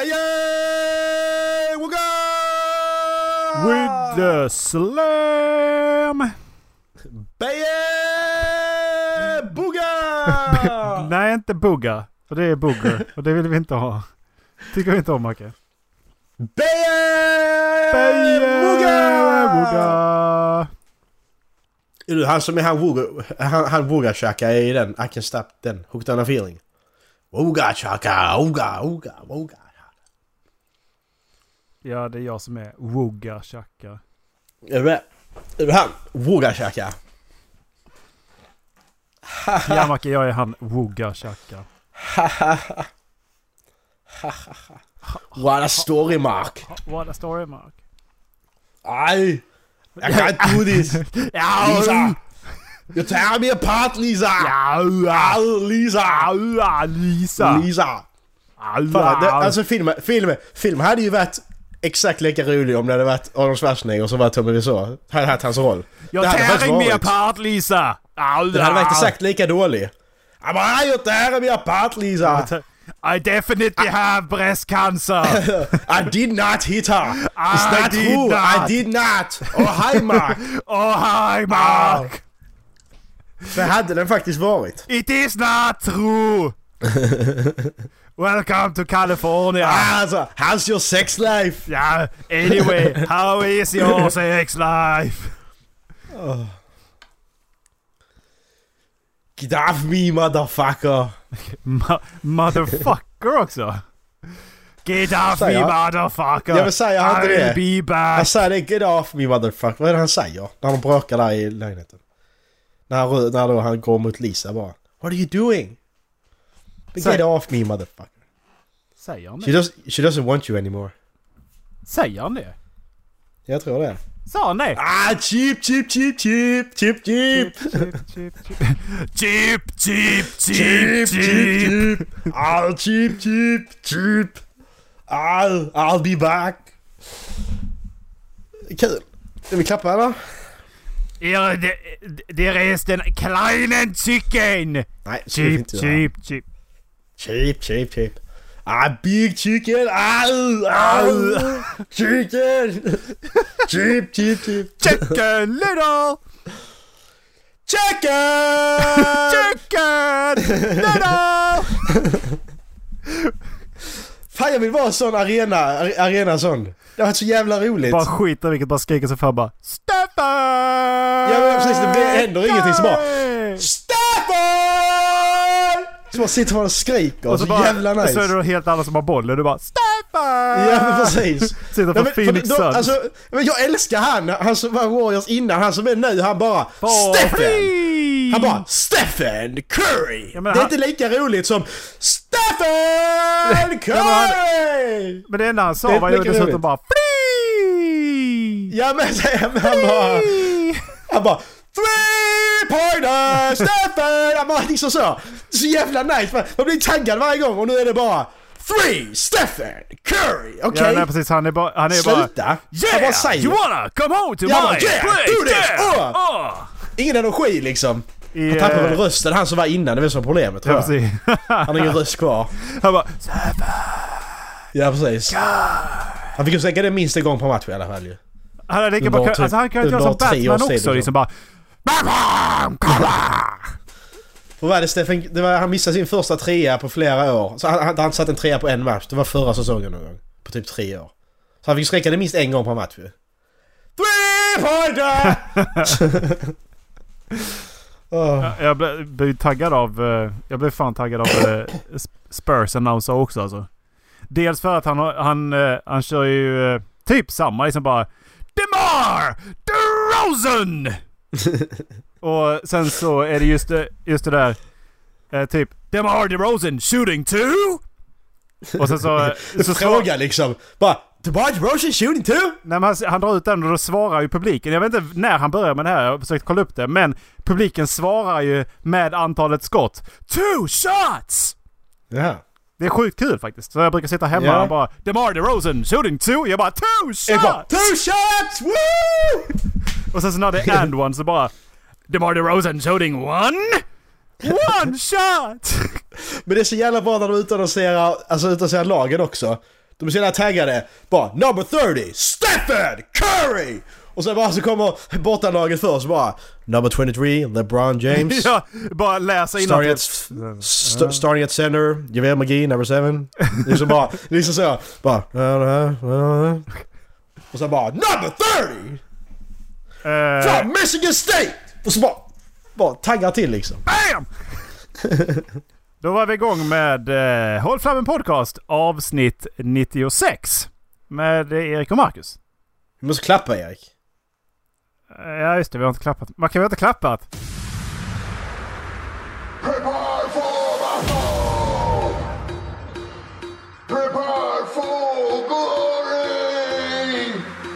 With the slam! Booga! Nej, inte booga. För det är booger. Och det vill vi inte ha. Tycker vi inte om, Macke. Booga! Booga! Är du han som är han Wooga Chaka i den I Can Stop den Hooked on a Feeling. Wooga Chaka, Wooga. Ja, det är jag som är Wooga Chaka. Är du han? Wooga Chaka. Ja, Macke, jag är han Wooga Chaka. What a story, Mark. What a story, Mark. I can't do this. Lisa. You tear me apart, Lisa. Lisa. Alltså film hade ju varit exakt lika rolig om det hade varit Arnold Schwarzenegger som var Tommy Wiseau. Hade haft hans roll. Jag tearing me apart, Lisa. Det hade varit exakt lika dålig. You tear me apart, Lisa. I definitely have breast cancer. I did not hit her. It's not true. I did not. Oh, hi, Mark. Oh, hi, Mark. Det hade den faktiskt varit. It is not true. Welcome to California. Alltså, how's your sex life? Yeah, anyway, how is your sex life? Get off me, motherfucker. Motherfucker också. Get off me, motherfucker. Jag vill säga han inte det. I'll be back. Han säger det, get off me, motherfucker. Vad är det han säger? När de bråkar där i lägenheten. När då han går mot Lisa bara. What are you doing? Get off me, motherfucker. Säger han det? She doesn't want you anymore. Säger han det? Jag tror det. Sa han det? Cheap. Cheap. I'll be back. Kul. Ska vi klappa eller? Der ist den kleinen Chicken. Nej, cheap. Big chicken. Chicken. Cheap. Chicken little. Chicken little. Fan, jag vill vara sån arena sån. Det var så jävla roligt. Bara skiter vilket, bara skriker så fan bara Stefan! Ja, men precis, det händer ingenting så bara Stefan! Så man sitter och skriker och så bara, jävla nice. Så är det helt alla som har bollen och du bara Stefan! Ja, men precis. Sitter på Phoenix Suns. Alltså, men jag älskar han som var Warriors innan, han som är nu, han bara Stefan! Han bara Stephen Curry! Ja, det är inte lika roligt som Stephen Curry! Men det enda han sa var ju dessutom bara free! Ja, men han bara 3-pointer Stephen! Han bara liksom så jävla nice. Man blir taggad varje gång och nu är det bara 3 Stephen Curry! Okej? Ja, nej, precis. Han är bara sluta! Yeah! You wanna come home to my place? Do this! Ingen energi liksom. Han tappar väl rösten, han som var innan. Det var så problemet, tror jag. Han har ingen röst kvar. Han bara ja, precis. Han fick ju säga det minst en gång på match i alla fall ju. Han är lika bra, alltså han kan ju göra som Batman också liksom bara och vad är det, Stefan? Han missade sin första trea på flera år. Så han satt en trea på en match. Det var förra säsongen någon gång. På typ 3 år. Så han fick sträcka det minst en gång på match ju. 3-pointer! Jag blev taggad av jag blev fan taggad av Spurs announcer också alltså. Dels för att han kör ju typ samma liksom bara DeMar DeRozan. Och sen så är det just det där typ DeMar DeRozan shooting 2. Och sen så fråga liksom bara DeMar DeRozan shooting 2? Nej, men han drar ut den och då svarar ju publiken. Jag vet inte när han börjar med det här. Jag har försökt kolla upp det. Men publiken svarar ju med antalet skott. 2 shots! Ja. Det är sjukt kul faktiskt. Så jag brukar sitta hemma och bara DeMar DeRozan shooting 2. Jag bara 2 shots! 2 shots! Woo! Och sen så när det är and one så bara DeMar DeRozan shooting 1 shot! Men det är så jävla bra när de utannonserar lagen också. De är så jävla taggade. Bara number 30, Stephen Curry! Och sen bara så kommer bortalaget först bara number 23, LeBron James. Ja, bara läsa innan. Starting at center, JaVale McGee, number 7. Det är så bara, det är så bara och sen bara number 30! From Michigan State! Och så bara taggar till liksom. Bam! Då var vi igång med Håll Fram en podcast avsnitt 96 med Erik och Marcus. Vi måste klappa, Erik. Ja just det, vi har inte klappat. Man kan väl inte klappat? Prepare for battle! Prepare for glory!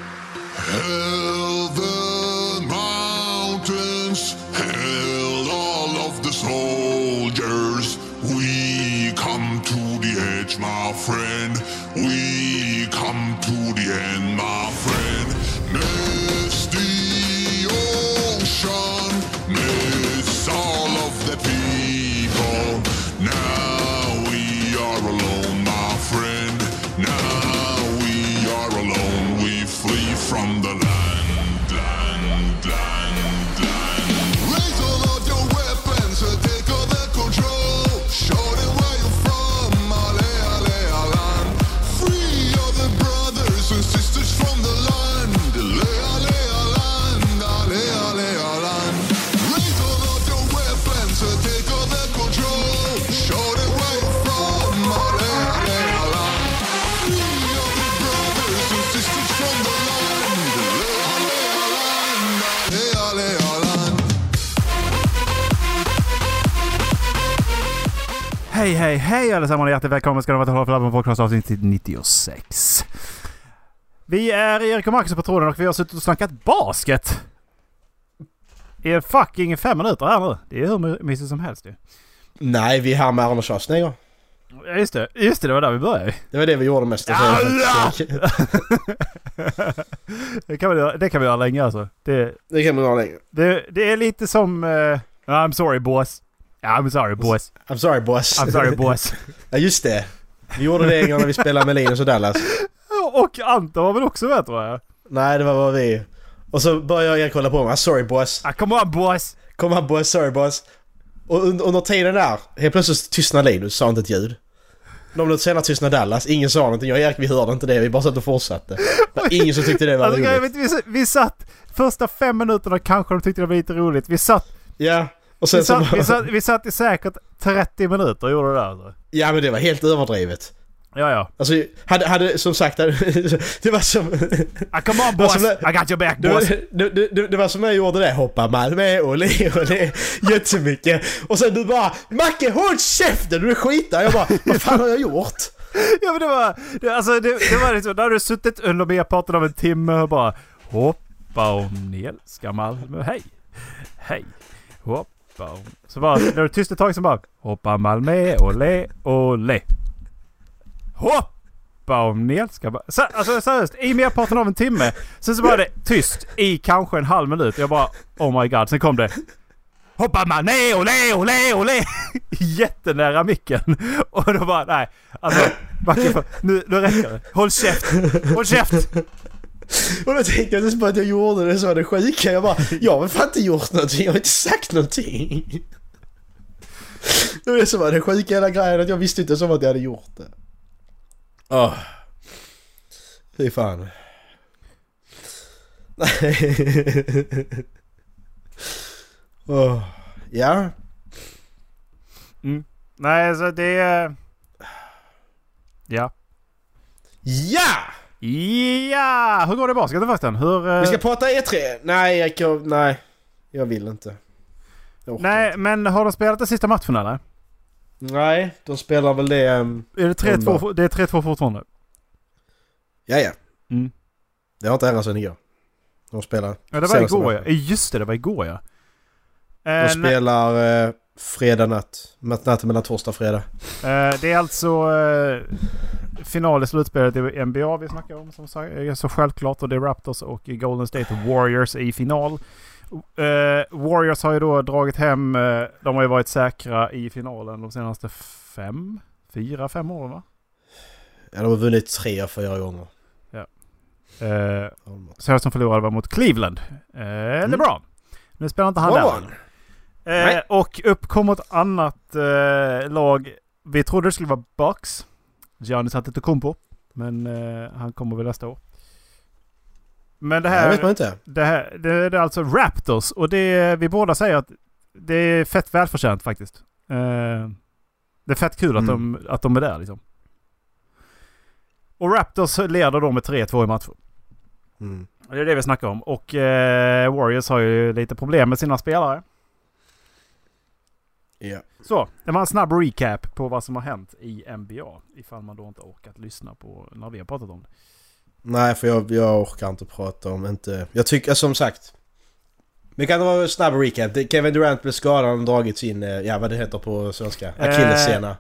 Hail the mountains, hail all of the soldiers. We come to the edge, my friend. We come to the end, my friend. Miss the ocean, miss all of the people. Now we are alone, my friend. Now we are alone. We flee from the land, land, land, land. Raise all of your weapons, take all the control. Show them where you're from, ale, ale, alan. Free all the brothers and sisters from the land, ale, ale, alan, ale, ale, alan. Raise all of your weapons, take all the control. Show them where you're from, ale, ale, alan. Free all the brothers and sisters from the land, ale, ale, alan, ale, ale, alan. Hej, hej, hej allesammans och hjärtligt välkommen ska ni vara till Håll Fram en podcast avsnitt 96. Vi är Erik och Marcus på tråden och vi har suttit och snackat basket i fucking 5 minuter här nu. Det är hur mycket som helst ju. Nej, vi är här med Arne Schwarzenegger. Ja, just det var där vi började. Det var det vi gjorde mest. Det kan vi göra länge alltså. Det kan man göra länge. Det är lite som I'm sorry boss. I'm sorry boss. I'm sorry boss. I'm sorry boss. Ja just det. Vi gjorde det en gång när vi spelade med Linus och Dallas. Och Anton var väl också med tror jag. Nej, det var bara vi. Och så började jag kolla på mig. Sorry boss. Come on boss. Come on boss, sorry boss. Och under tiden där, helt plötsligt tystnade Linus, sa inte ett ljud. Någon minut senare tystnade Dallas, ingen sa någonting. Jag och Erik, vi hörde inte det, vi bara satt och fortsatte. Det var ingen som tyckte det var roligt. Vi satt första 5 minuterna kanske de tyckte det var lite roligt. Vi satt... Ja. Och sen vi satt i säkert 30 minuter och gjorde det där alltså. Ja men det var helt överdrivet. Ja. Alltså hade som sagt det var som come on boss, I got your back boss. Det var som jag gjorde det, hoppa Malmö och le jättemycket. Och sen du bara Macke, håll käften, du är skita. Jag bara, vad fan har jag gjort? Ja men det var liksom, där har du suttit under merparten av en timme och bara hoppa och ner ska Malmö, hej hoppa och... Så bara, när du tyst ett tag så bara hoppa Malmö och le hoppa och ner ska bara... Alltså seriöst, i merparten av en timme. Sen så var det tyst i kanske en halv minut. Jag bara, oh my god. Sen kom det hoppa Malmö och le jättenära micken. Och då bara, nej. Alltså, nu räcker det. Håll käft. Och då tänkte jag bara att jag gjorde det så var det sjuka. Jag bara, jag har fan inte gjort någonting. Jag har inte sagt någonting. Det så var det sjuka hela grejen att jag visste inte som att jag hade gjort det. Fy fan. Ja. Nej, så det är... Ja. Hur går det i basketen förresten? Vi ska prata E3. Nej, jag vill inte. Nej, men har de spelat den sista matchen eller? Nej, de spelar väl det... Är det 3-2? Det är 3-2 fortfarande. Ja. Det har inte ändrat sen igår. De spelar... Ja, det var igår ja. Just det var igår ja. De spelar fredag natten mellan torsdag och fredag. Det är alltså final i slutspelet i NBA vi snackar om som sagt, så självklart, och det är Raptors och Golden State Warriors i final. Warriors har ju då dragit hem, de har ju varit säkra i finalen de senaste 5 åren va? Ja, de har vunnit 3 av 4 gånger. Ja. Så som förlorade var mot Cleveland. LeBron. Nu spelar inte han där. Och upp kom ett annat lag. Vi trodde det skulle vara Bucks. Giannis Antetokounmpo. Men han kommer väl nästa år. Men det här, vet man inte. Det är alltså Raptors. Och det, vi båda säger att det är fett välförtjänt faktiskt. Det är fett kul att de är där liksom. Och Raptors leder då med 3-2 i matchen. Det är det vi snackar om. Och Warriors har ju lite problem med sina spelare. Ja. Så, det var en snabb recap på vad som har hänt i NBA. Ifall man då inte orkat lyssna på när vi har pratat om det. Nej, för jag orkar inte prata om inte... Jag tycker, som sagt... Vi kan vara en snabb recap. Kevin Durant blev skadad och dragit sin... vad det heter på svenska. Akillessena.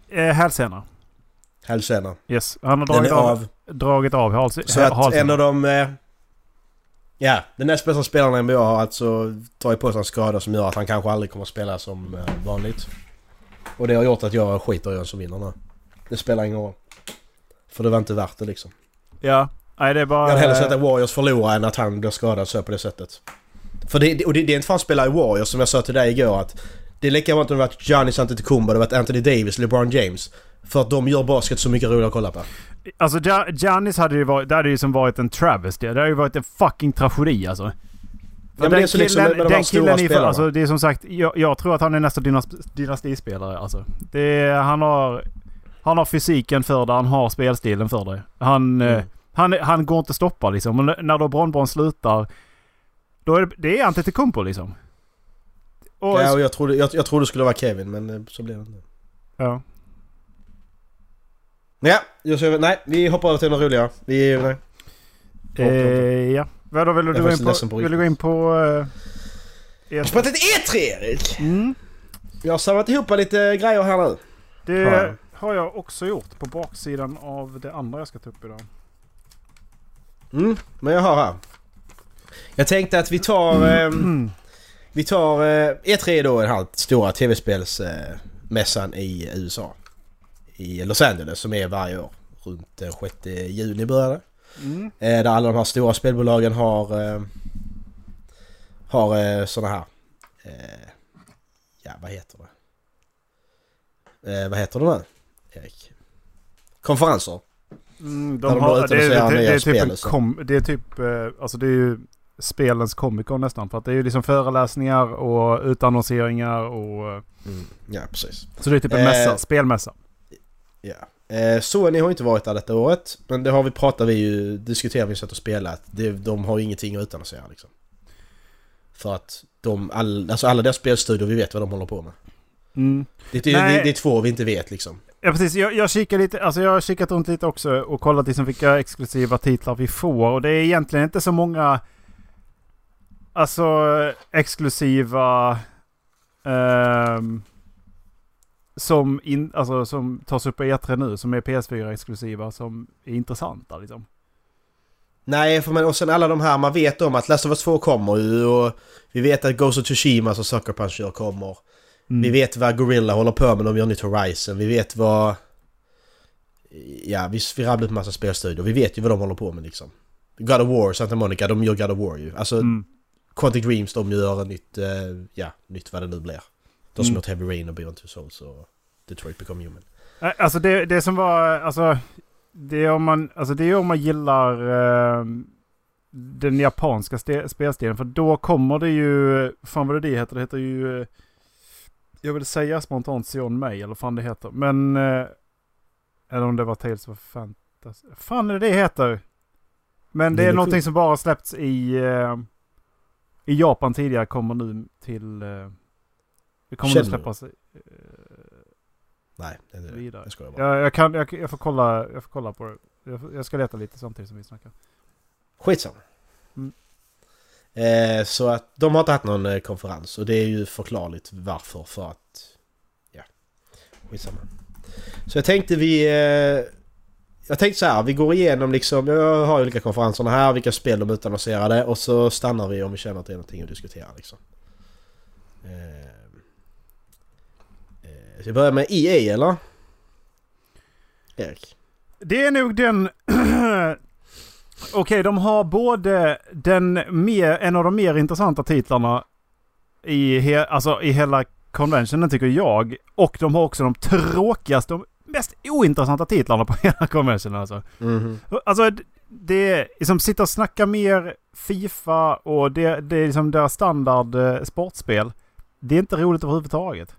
Hälsena. Yes, han har dragit av halsen. Så att en av de... den näst bästa spelarna i NBA har alltså tagit på sig en skada som gör att han kanske aldrig kommer att spela som vanligt. Och det har gjort att jag skiter i den som vinner nu. Det spelar ingen roll. För det var inte värt det liksom. Ja, nej det är bara... Jag hade hellre sett att Warriors förlorar än att han blir skadad så på det sättet. För det är inte fan spela i Warriors som jag sa till dig igår att det är lika bra att det har varit Giannis Antetokounmpo, det har varit Anthony Davis, LeBron James. För att de gör basket så mycket roligt att kolla på. Alltså Giannis hade ju varit, det hade ju som varit en travesty. Det hade ju varit en fucking tragedi alltså. Ja, men det är så liksom med de här stora spelarna. Alltså det är som sagt, jag tror att han är nästa dynastispelare alltså. Han har fysiken för det, han har spelstilen för det. Han går inte att stoppa liksom. Och när då Bron slutar, då är det är Antetokounmpo liksom. Och jag trodde det skulle vara Kevin, men så blev det inte. Ja. Nej, vi hoppar över till något roligare. Ja. Vadå vill du gå in på jag har spelat ett E3, Erik! Jag har samlat ihop lite grejer här nu. Det har jag också gjort på baksidan av det andra jag ska ta upp idag. Men jag har här. Jag tänkte att vi tar E3 då, den här stora tv-spelsmässan i USA. I Los Angeles som är varje år. Runt den 6 juni börjar det. Där alla de här stora spelbolagen har såna här vad heter det? Vad heter det nu, Erik? Konferenser. Det är typ alltså det är ju spelens Comic-Con nästan, för att det är ju liksom föreläsningar och utannonseringar och ja, precis. Så det är typ en mässa, spelmässa. Ja. Sony har inte varit där detta året, men det har vi diskuterat vi sett och spelat. De har ju ingenting att utannonsera liksom. För att alla deras spelstudior, vi vet vad de håller på med. Det är två vi inte vet liksom. Ja precis, jag kikar lite, alltså jag har kikat runt lite också och kollat liksom vilka exklusiva titlar vi får, och det är egentligen inte så många exklusiva som tas upp i E3 nu, som är PS4 exklusiva, som är intressanta liksom. Nej, och sen alla de här, man vet om att Last of Us 2 kommer ju, och vi vet att Ghost of Tsushima och Sucker Punch kommer. Vi vet vad Gorilla håller på med, de gör nytt Horizon. Vi vet vad... Ja, vi rabblar upp massa spelstudior. Vi vet ju vad de håller på med liksom. God of War, Santa Monica, de gör God of War ju. Alltså, Quantic Dreams, de gör nytt vad det nu blir. De som gjort Heavy Rain och Beyond Two Souls och Detroit Become Human. Alltså det som var... Alltså, det är om man gillar den japanska spelstilen. För då kommer det ju... Fan vad det heter? Det heter ju... Jag vill säga spontant Sion May, eller fan det heter. Men... eller om det var Tales of Fantasy. Fan är det heter? Men det är någonting som bara släppts i Japan tidigare, kommer nu till... det kommer nu släppas... Nej, det är vidare. Det ska jag bara. Jag får kolla på det. Jag ska leta lite samtidigt som vi snackar. Skitsamma. Så att de har inte haft någon konferens, och det är ju förklarligt varför, för att skitsamma. Så jag tänkte så här, vi går igenom liksom, jag har ju olika konferenserna här, vilka spel de utannonserade, och så stannar vi om vi känner att det är någonting att diskutera liksom. Så jag börjar med EA, eller? Erik? Det är nog den... Okej, de har både en av de mer intressanta titlarna i hela conventionen tycker jag. Och de har också de tråkigaste, de mest ointressanta titlarna på hela conventionen. Alltså, alltså det är liksom sitta och snacka mer FIFA och det är liksom deras standard sportspel. Det är inte roligt överhuvudtaget.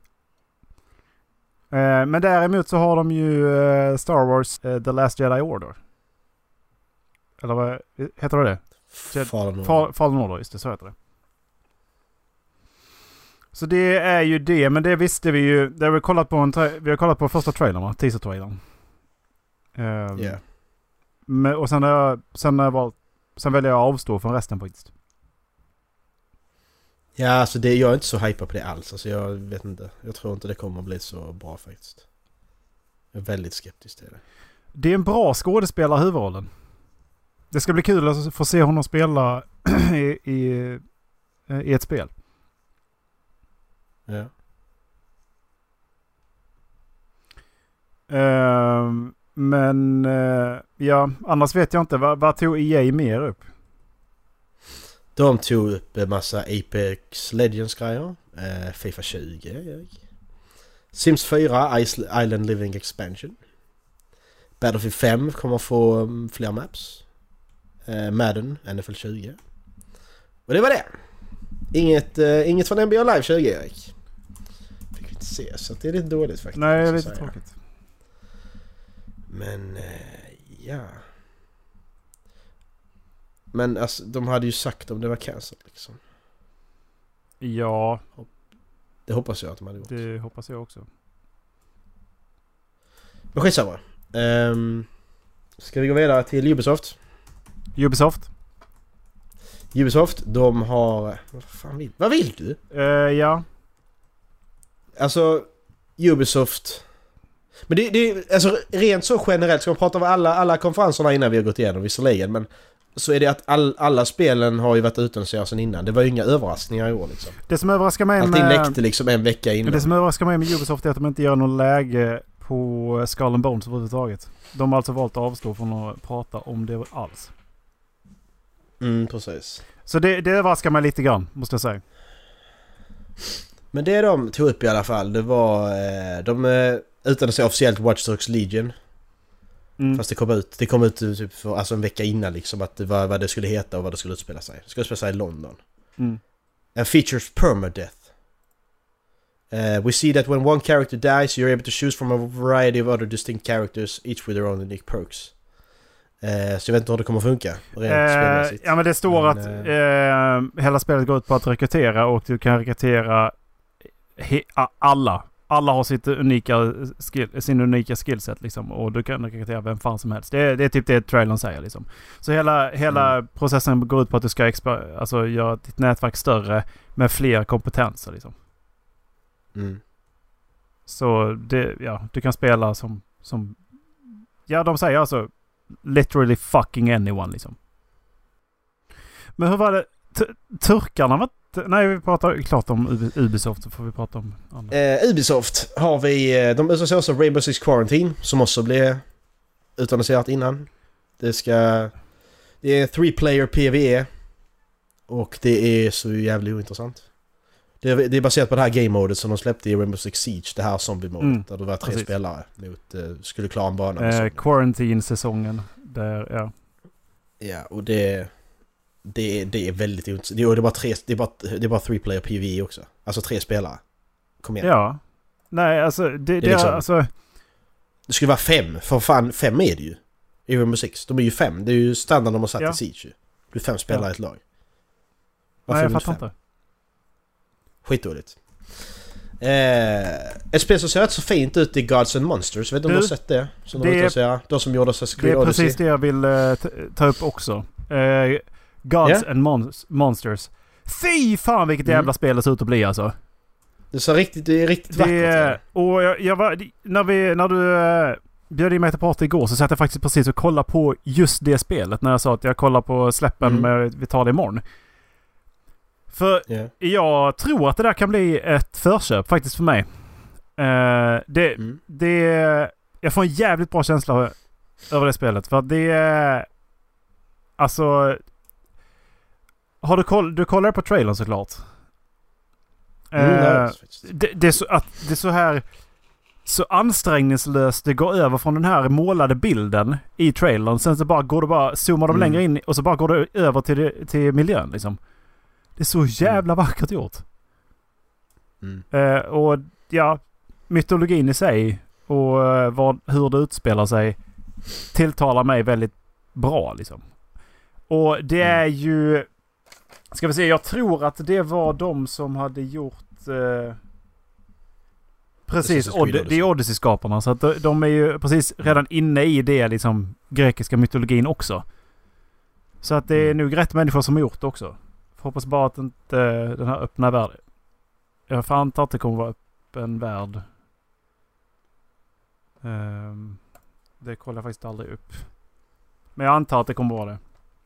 Men däremot så har de ju Star Wars The Last Jedi Order. Eller vad heter det? Fallen Order, just det, så heter det. Så det är ju det, men det visste vi ju. Vi har kollat på första trailern, teaser-trailern. Och sen väljer jag att avstå från resten faktiskt. Ja, alltså jag är inte så hypad på det alls. Alltså jag vet inte. Jag tror inte det kommer att bli så bra faktiskt. Jag är väldigt skeptisk till det. Det är en bra skådespelare i huvudrollen. Det ska bli kul att få se honom spela i ett spel. Ja. Men ja, annars vet jag inte. Vad tog EA mer upp? De tog upp en massa Apex Legends-grejer. FIFA 20. Sims 4 Island Living Expansion. Battlefield 5 kommer få fler maps. Madden NFL 20. Och det var det. Inget från NBA Live 20, Erik. Fick vi inte se, så det är lite dåligt faktiskt. Nej, det är lite tråkigt. Men ja. Men alltså, de hade ju sagt om det var cancel liksom. Ja. Det hoppas jag att de hade gjort. Det hoppas jag också. Men skitsamma. Ska vi gå vidare till Ubisoft? Ubisoft, de har... Vad vill du? Ja. Alltså, Ubisoft... Men det alltså rent så generellt, ska man prata om alla konferenserna innan vi har gått igenom visserligen, men så är det att alla spelen har ju varit utannonserade sedan innan. Det var ju inga överraskningar i år liksom. Det som överraskar mig allting läckte liksom en vecka innan. Det som överraskar mig med Ubisoft är att de inte gör någon läge på Skull and Bones överhuvudtaget. De har alltså valt att avstå från att prata om det alls. Precis. Så det överraskar mig lite grann, måste jag säga. Men det de tog upp i alla fall, det var utan att säga officiellt Watch Dogs Legion. Fast det kom ut typ för, alltså en vecka innan liksom, att det var vad det skulle heta och vad det skulle utspela sig. Det skulle utspela sig i London. And features permadeath. We see that when one character dies, you're able to choose from a variety of other distinct characters, each with their own unique perks. Så jag vet inte hur det kommer att funka. Ja, men det står att hela spelet går ut på att rekrytera, och du kan rekrytera alla. Alla har sin unika skillset liksom, och du kan rekrytera vem fan som helst. Det är typ det trailern säger liksom. Så hela processen går ut på att du ska göra ditt nätverk större med fler kompetenser liksom. Så du kan spela som de säger alltså literally fucking anyone liksom. Men hur var det? Turkarna var... Nej, vi pratar klart om Ubisoft, så får vi prata om andra. Ubisoft har vi... De utannonserar också Rainbow Six Quarantine, som också blev utannonserat innan. Det är 3-player PvE. Och det är så jävligt ointressant. Det är baserat på det här game-modet som de släppte i Rainbow Six Siege, det här zombie-modet, där det var 3 spelare mot skulle klara en bana. Quarantine-säsongen, där, ja. Ja, och det är väldigt ointressant. Det är bara 3-player PvE också. Alltså 3 spelare. Kom igen. Ja. Nej, alltså det liksom, alltså... Det skulle vara 5. För fan, 5 är det ju. I Rainbow Six. De är ju 5. Det är ju standard de har satt i Siege. Det är 5 spelare i ett lag. Varför jag fattar inte. Skitdåligt. Ett spel som ser rätt så fint ut i Gods and Monsters. Vet du om du har sett det? Som de som gjorde Assassin's Creed Odyssey. Det är precis det jag vill ta upp också. Gods and Monsters. Fy fan vilket jävla spel det ser ut att bli alltså. Det är riktigt vackert. Och jag var, när du bjöd in mig till party igår, så satt jag faktiskt precis och kollade på just det spelet. När jag sa att jag kollar på släppen med vi tar det imorgon. För jag tror att det där kan bli ett förköp faktiskt för mig. Jag får en jävligt bra känsla över det spelet. För att det är... Alltså... Du kollar på trailern såklart. Det är så här... Så ansträngningslöst det går över från den här målade bilden i trailern. Sen så bara zoomar de längre in och så bara går det över till miljön liksom. Det är så jävla vackert gjort. Och ja, mytologin i sig och hur det utspelar sig tilltalar mig väldigt bra liksom. Och det är ju... Ska vi se, jag tror att det var de som hade gjort... Precis, det är Odyssey-skaparna. Så att de är ju precis redan inne i det liksom grekiska mytologin också. Så att det är nog rätt människor som har gjort det också. Får hoppas bara att inte den här öppna världen... Jag antar att det kommer vara öppen värld. Det kollar jag faktiskt aldrig upp. Men jag antar att det kommer vara det.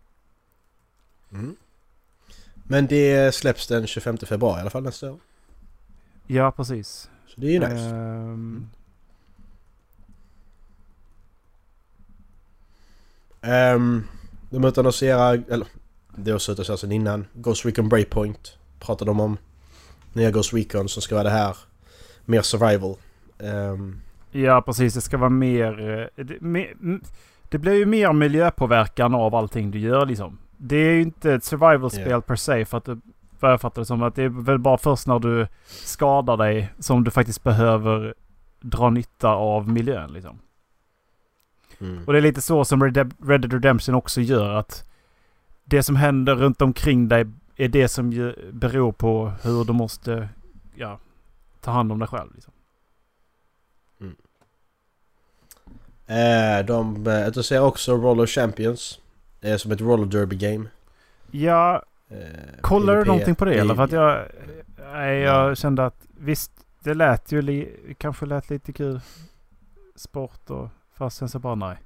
Men det släpps den 25 februari i alla fall nästa år. Ja, precis. Så det är ju nice. De utannonserar, eller det har suttit så sedan innan, Ghost Recon Breakpoint pratade de om. Nya Ghost Recon som ska vara det här. Mer survival. Ja, precis. Det ska vara mer... Det blir ju mer miljöpåverkan av allting du gör liksom. Det är ju inte ett survival-spel per se för att jag fattar det som att det är väl bara först när du skadar dig som du faktiskt behöver dra nytta av miljön liksom. Och det är lite så som Red Dead Redemption också gör, att det som händer runt omkring dig är det som beror på hur du måste ta hand om dig själv liksom. De ser också Roller Champions som ett roller derby game. Ja, kollar du någonting på det eller? För att jag kände att visst, det lät ju kanske lät lite kul sport och fast sen så bara nej.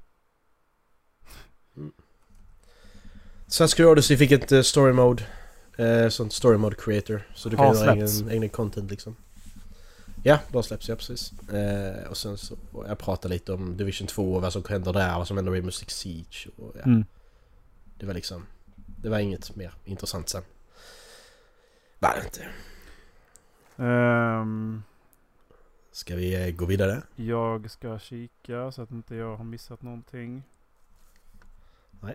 Svenska Odyssey fick ett story mode, sånt story mode creator, så du kan göra egen content liksom. Ja, då släpps jag precis. Och sen så jag pratar lite om Division 2 och vad som händer där, vad som händer i Music Siege och det var liksom, det var inget mer intressant sen. Var det inte. Ska vi gå vidare? Jag ska kika så att inte jag har missat någonting. Nej.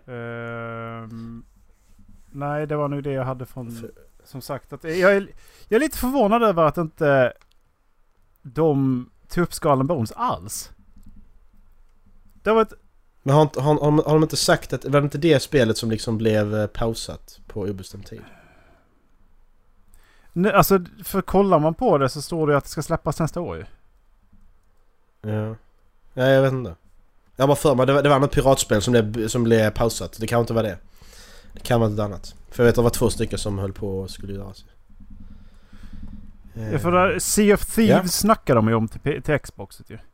Nej, det var nog det jag hade från... Som sagt, att jag är lite förvånad över att inte de tog upp Skull & Bones alls. Det var ett... Men har de inte sagt att... Var det inte det spelet som liksom blev pausat på obestämd tid? Nej, alltså, för kollar man på det så står det att det ska släppas nästa år ju. Ja. Ja, jag vet inte. Jag bara för mig, det var något piratspel som blev pausat. Det kan inte vara det. Det kan vara något annat. För jag vet att det var 2 stycken som höll på och skulle göra sig. Ja, för där Sea of Thieves snackar de ju om till Xboxet ju.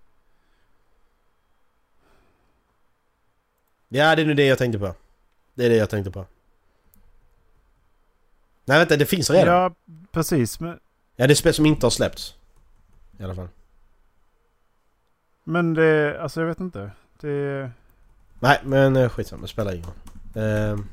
Ja, det är nu det jag tänkte på. Det är det jag tänkte på. Nej, vänta, det finns redan. Ja, precis. Men... Ja, det är spel som inte har släppts. I alla fall. Men det... Alltså, jag vet inte. Det... Nej, men skitsamma. Det spelar ingen roll.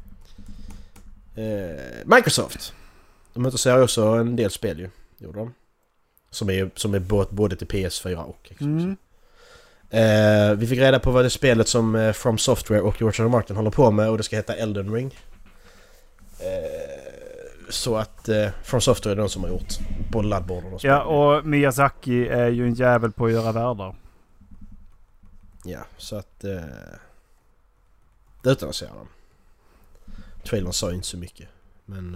Microsoft. De utannonserar också en del spel ju. Gjorde de. Som är både till PS4 och Xbox. Vi fick reda på vad det spelet som From Software och George R. R. Martin håller på med, och det ska heta Elden Ring. Så att From Software är de som har gjort både Bloodborne och spel. Ja, och Miyazaki är ju en jävel på att göra världar. Ja, så att det utannonserar de. Trailern sa inte så mycket, men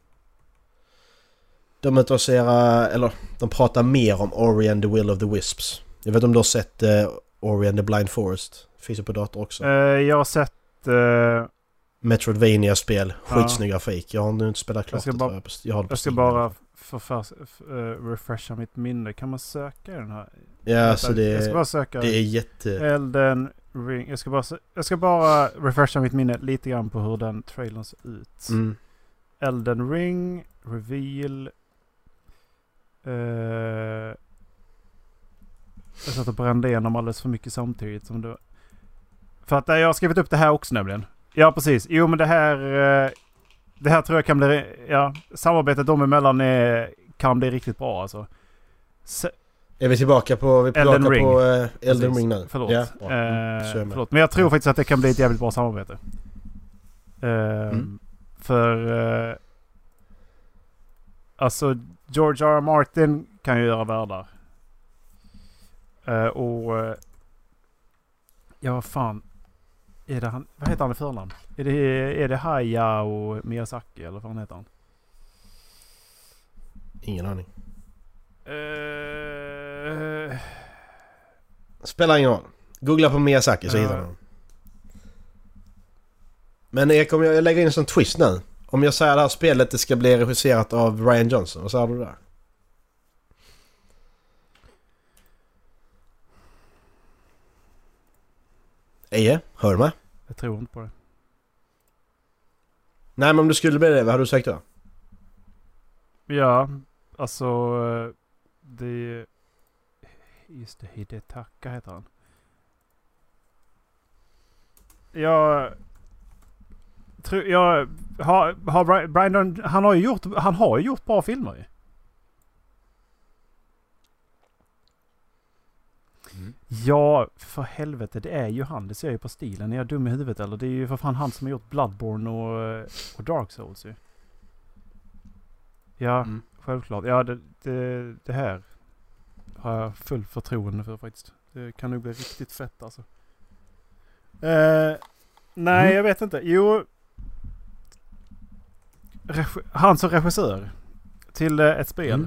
de utannonserar, eller de pratar mer om Ori and the Will of the Wisps. Jag vet inte om du har sett Ori and the Blind Forest. Finns det på dator också. Jag har sett Metroidvania-spel. Skitsnygg grafik. Jag har nu inte spelat klart. Jag ska bara refresha mitt minne. Kan man söka den här? Ja, så jag ska bara söka det är jätte... Elden Ring. Jag ska bara refresha mitt minne lite grann på hur den trailern ser ut. Elden Ring, reveal. Jag satt och brände igenom alldeles för mycket samtidigt som det. För att jag har skrivit upp det här också nämligen. Ja, precis. Jo, men det här tror jag kan bli... Ja, samarbetet dem emellan kan bli riktigt bra alltså. Är vi tillbaka på Elden Ring. Elden Ring nu? Förlåt. Ja, förlåt. Men jag tror faktiskt att det kan bli ett jävligt bra samarbete. För... alltså, George R. R. Martin kan ju göra världar. Ja, vad fan. Är det han, vad heter han i förnamn? Är det Hayao Miyazaki eller vad fan heter han? Ingen aning. Spelar ingen roll. Googla på Miyazaki så hittar man. Men jag lägger in en sån twist nu. Om jag säger att det här spelet det ska bli regisserat av Ryan Johnson, vad säger du där? Eje, hör du mig? Jag tror inte på det. Nej, men om du skulle bli det, vad hade du sagt då? Ja, alltså... det... Just det, Hidetaka heter han. Jag tror... Har Brandon... Han har ju gjort bra filmer ju. Ja, för helvete. Det är ju han. Det ser jag ju på stilen. Är jag dum i huvudet eller? Det är ju för fan han som har gjort Bloodborne och Dark Souls ju. Ja, självklart. Ja, det här har jag full förtroende för faktiskt. Det kan nog bli riktigt fett alltså. Nej, jag vet inte. Jo, han som regissör till ett spel.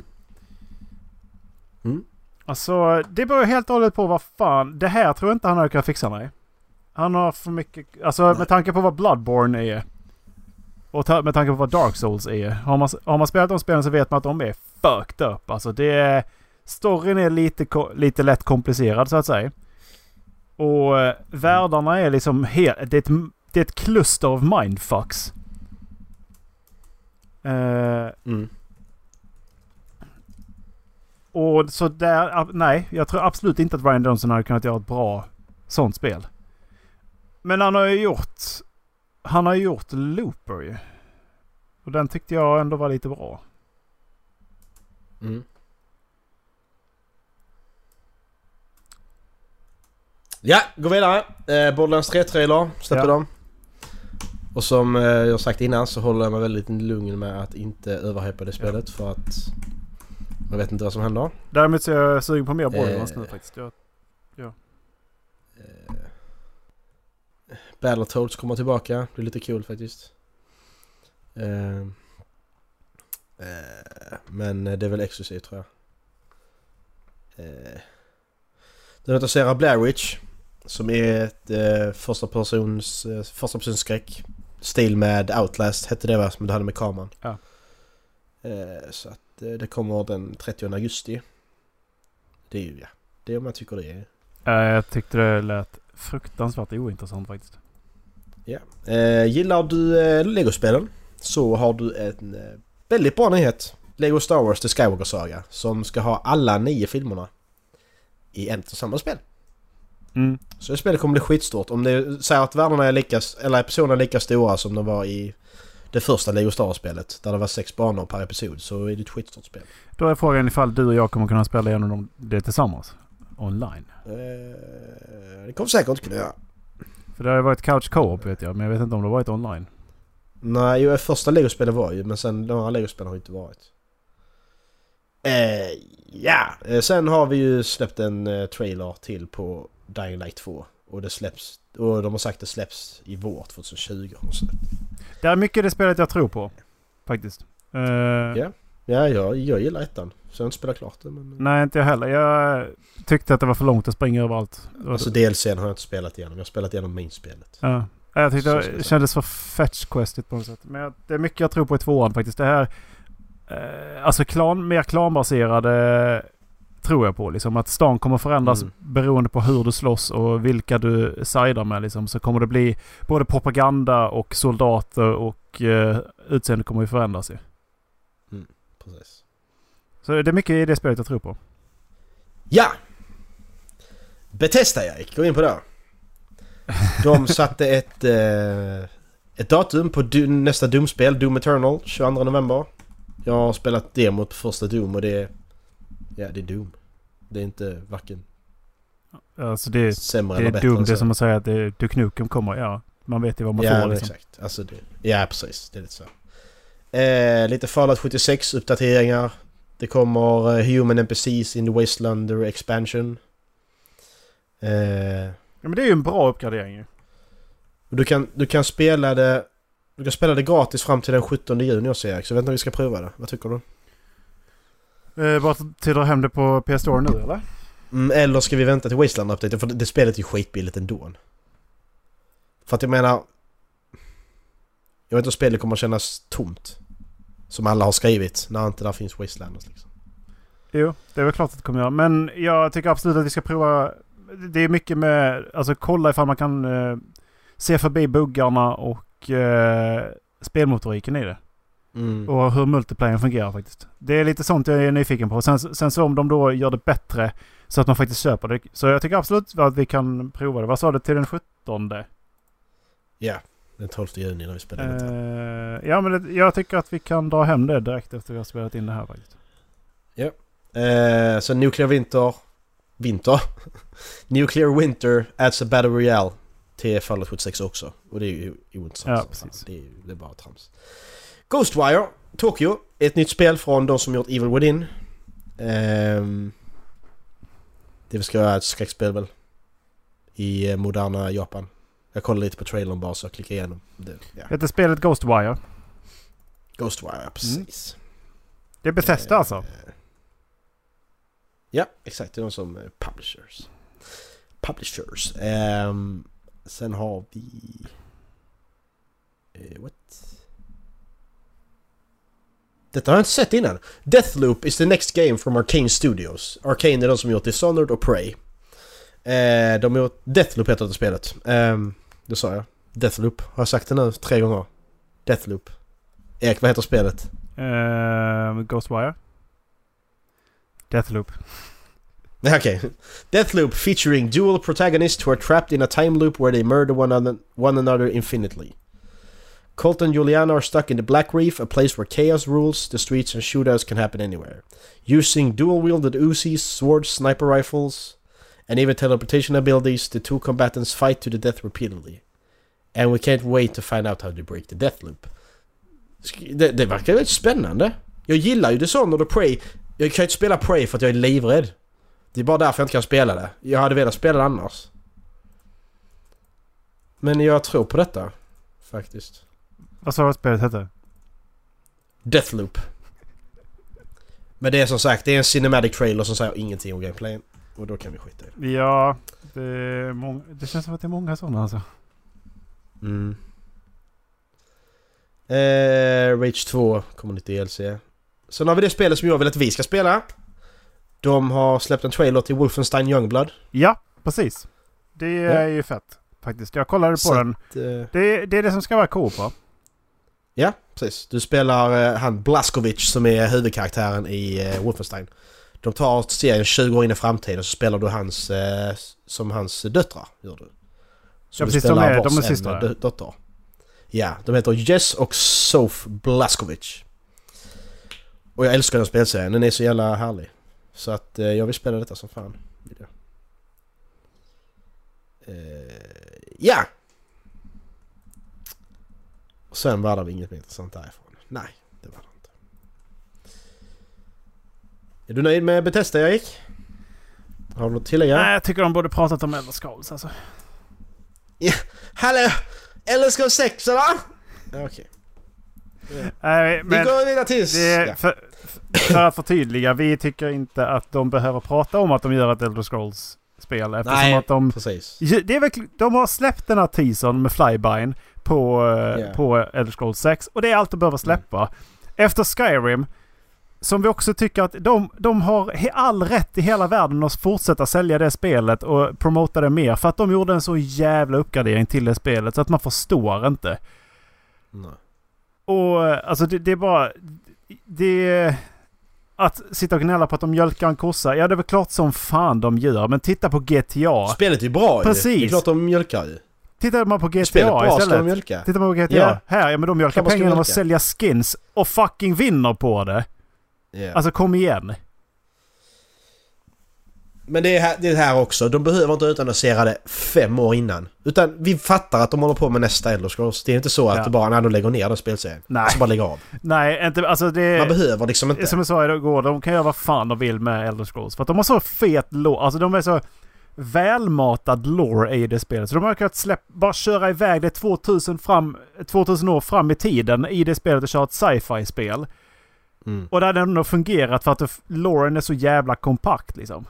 Alltså, det beror helt och hållet på vad fan. Det här tror jag inte han har kunnat fixa mig. Han har för mycket... Alltså, med tanke på vad Bloodborne är. Och med tanke på vad Dark Souls är. Har man spelat de spelen så vet man att de är fucked up. Alltså, storyn är lite lätt komplicerad så att säga. Och världarna är liksom det är ett kluster av mindfucks. Och så där, nej, jag tror absolut inte att Ryan Johnson hade kunnat göra ett bra sånt spel. Men han har ju gjort Looper ju. Och den tyckte jag ändå var lite bra. Ja, gå vidare. Borderlands 3-trailer släppte de. Och som jag sagt innan så håller jag mig väldigt lugn med att inte överhypa det spelet för att jag vet inte vad som händer. Däremot så är jag sugen på mer Borderlands nu faktiskt. Battletoads kommer tillbaka. Det blir lite kul faktiskt. Men det är väl exklusivt tror jag. Den heter Blair Witch som är ett första persons skräck. Stil med Outlast hette det, men det hade med kameran. Ja. Så att det kommer den 30 augusti. Det är ju det är om jag tycker det är. Jag tyckte det lät fruktansvärt ointressant faktiskt. Ja. Gillar du Lego-spelen så har du en väldigt bra nyhet. Lego Star Wars The Skywalker Saga som ska ha alla 9 filmerna i ett och samma spel. Så det spelet kommer bli skitstort. Om det säger att världarna är episoderna är lika stora som de var i det första Lego Star Wars-spelet där det var 6 banor per episod, så är det ett skitstort spel. Då är frågan ifall du och jag kommer kunna spela igenom det tillsammans online. Det kommer säkert inte kunna göra. För det har ju varit couch co-op vet jag, men jag vet inte om det har varit online. Nej, första Lego-spelet var ju, men sen de här Lego-spelen har inte varit. Sen har vi ju släppt en trailer till på Dying Light 2 och det släpps, och de har sagt att det släpps i vår 2020 och så. Det är mycket det spelet jag tror på faktiskt. Jag gillar ettan så jag har inte spelat klart det, men... Nej, inte jag heller. Jag tyckte att det var för långt att springa överallt. Alltså DLC:n har jag inte spelat igenom. Jag har spelat igenom main-spelet. Ja. Jag tyckte det kändes för fetch-questigt på något sätt. Men det är mycket jag tror på i 2an faktiskt. Det här alltså mer klanbaserade tror jag på liksom, att stan kommer förändras beroende på hur du slåss och vilka du sidar med liksom, så kommer det bli både propaganda och soldater och utseende kommer ju förändras ju. Precis. Så det är mycket i det spelet jag tror på. Ja! Bethesda, Erik. Gå in på det. De satte ett datum på nästa Doom-spel, Doom Eternal, 22 november. Jag har spelat demot på första Doom och det är Doom. Det är inte varken alltså det sämre är eller bättre. dumt, det är som att säga att Duke Nukem kommer, ja. Man vet ju vad man får liksom. Exakt. Alltså precis. Det är lite så. Lite Fallout 76 uppdateringar. Det kommer Human NPCs in the Wastelander expansion. Ja, men det är ju en bra uppgradering ju. Du kan spela det gratis fram till den 17 juni också, Erik. Så jag vet inte om vi ska prova det. Vad tycker du? Bara till att hem det på PS Store nu, eller? Eller ska vi vänta till Wasteland-updaten? För det spelet är ju skitbilligt ändå. För att jag menar... Jag vet inte om spelet kommer att kännas tomt. Som alla har skrivit. När inte där finns Wastelanders liksom. Jo, det är väl klart att det kommer göra. Men jag tycker absolut att vi ska prova... Det är mycket med... Alltså kolla ifall man kan se förbi buggarna och spelmotoriken i det. Och hur multiplayern fungerar faktiskt. Det är lite sånt jag är nyfiken på. Sen så om de då gör det bättre så att man faktiskt köper det. Så jag tycker absolut att vi kan prova det. Vad sa du till den 17? Ja, den 12 juni när vi spelar det. Ja, men jag tycker att vi kan dra hem det direkt efter vi har spelat in det här faktiskt. Ja. Så Nuclear Winter. Nuclear Winter adds a Battle Royale till Fallout 76 också. Och det är ju ointressant. Ja, precis. Det är bara trams. Ghostwire Tokyo. Ett nytt spel från de som gjort Evil Within. Det ska vara ett skräckspel väl. I moderna Japan. Jag kollar lite på trailern bara så jag klickar igenom. Heter spelet Ghostwire? Ghostwire, precis. Det är Bethesda alltså? Ja, exakt. Det är de som publishers. Sen har vi... what? Detta har jag inte sett innan. Deathloop is the next game from Arcane Studios. Arcane är de som gjort Dishonored och Prey. De har gjort... Deathloop heter det spelet. Det sa jag. Deathloop. Har jag sagt det nu 3 gånger? Deathloop. Erik, vad heter spelet? Ghostwire. Deathloop. Okay. Deathloop featuring dual protagonists who are trapped in a time loop where they murder one another infinitely. Colt and Juliana are stuck in the Black Reef, a place where chaos rules, the streets and shootouts can happen anywhere. Using dual-wielded Uzis, swords, sniper rifles, and even teleportation abilities, the two combatants fight to the death repeatedly. And we can't wait to find out how they break the Deathloop. Det verkar väldigt spännande. Jag gillar ju Dishonored och Prey. Jag kan ju inte spela Prey för att jag är livrädd. Det är bara därför jag inte kan spela det. Jag hade velat spela det annars. Men jag tror på detta. Faktiskt. Vad sa du att spelet hette? Deathloop. Men det är som sagt, det är en cinematic trailer som säger ingenting om gameplayen. Och då kan vi skita i det. Ja, det känns som att det är många sådana alltså. Rage 2 kommer lite DLC. Sen har vi det spelet som jag vill att vi ska spela. De har släppt en trailer till Wolfenstein Youngblood. Ja, precis. Det är ju fett faktiskt. Jag kollade på den. Det är det som ska vara co-op, va? Ja, precis. Du spelar han Blazkowicz som är huvudkaraktären i Wolfenstein. De tar serien 20 år in i framtiden och så spelar du hans som hans döttrar, gör du. Så ja, precis. De är systrar. Dotter. Ja, de heter Jess och Soph Blazkowicz. Och jag älskar den spelserien. Den är så jävla härlig. Så att jag vill spela detta som fan. Ja! Och sen var det inget mer intressant därifrån. Nej, det var det inte. Är du nöjd med Bethesda, Erik? Har du något tillägga? Nej, jag tycker de borde pratat om Elder Scrolls alltså. Ja, hallå! Elder Scrolls 6, eller? Ja, okej. Nej, men vi går vidare tills... För att förtydliga, vi tycker inte att de behöver prata om att de gör ett Elder Scrolls-spel. Eftersom nej, att de... precis. Det är verkligen, de har släppt den här teasern med flybyn på Elder Scrolls 6. Och det är allt de behöver släppa. Efter Skyrim, som vi också tycker att de har all rätt i hela världen att fortsätta sälja det spelet och promota det mer. För att de gjorde en så jävla uppgradering till det spelet så att man förstår inte. Nej. Och alltså det är bara... Det... Att sitta och gnälla på att de mjölkar en kossa. Ja, det är väl klart som fan de gör. Men titta på GTA. Spelet är ju bra. Precis. Det är klart de mjölkar ju. Tittar man på GTA Spelet bra, ska de istället. mjölka. Tittar man på GTA. Ja. Här, ja men de mjölkar Klart man ska pengarna om att mjölka. sälja skins och fucking vinner på det. Yeah. Alltså kom igen. Men det är här också. De behöver inte utannonsera det 5 år innan. Utan vi fattar att de håller på med nästa Elder Scrolls. Det är inte så att det bara när de lägger ner den spelserien. Nej. Alltså bara lägger av. Nej, inte, alltså det... Man behöver liksom inte. Som jag sa igår, de kan göra vad fan de vill med Elder Scrolls. För att de har så fet lore. Alltså de är så välmatad lore i det spelet. Så de har kunnat bara köra iväg det 2000 år fram i tiden i det spelet och köra ett sci-fi-spel. Mm. Och där den ändå fungerat för att loren är så jävla kompakt liksom.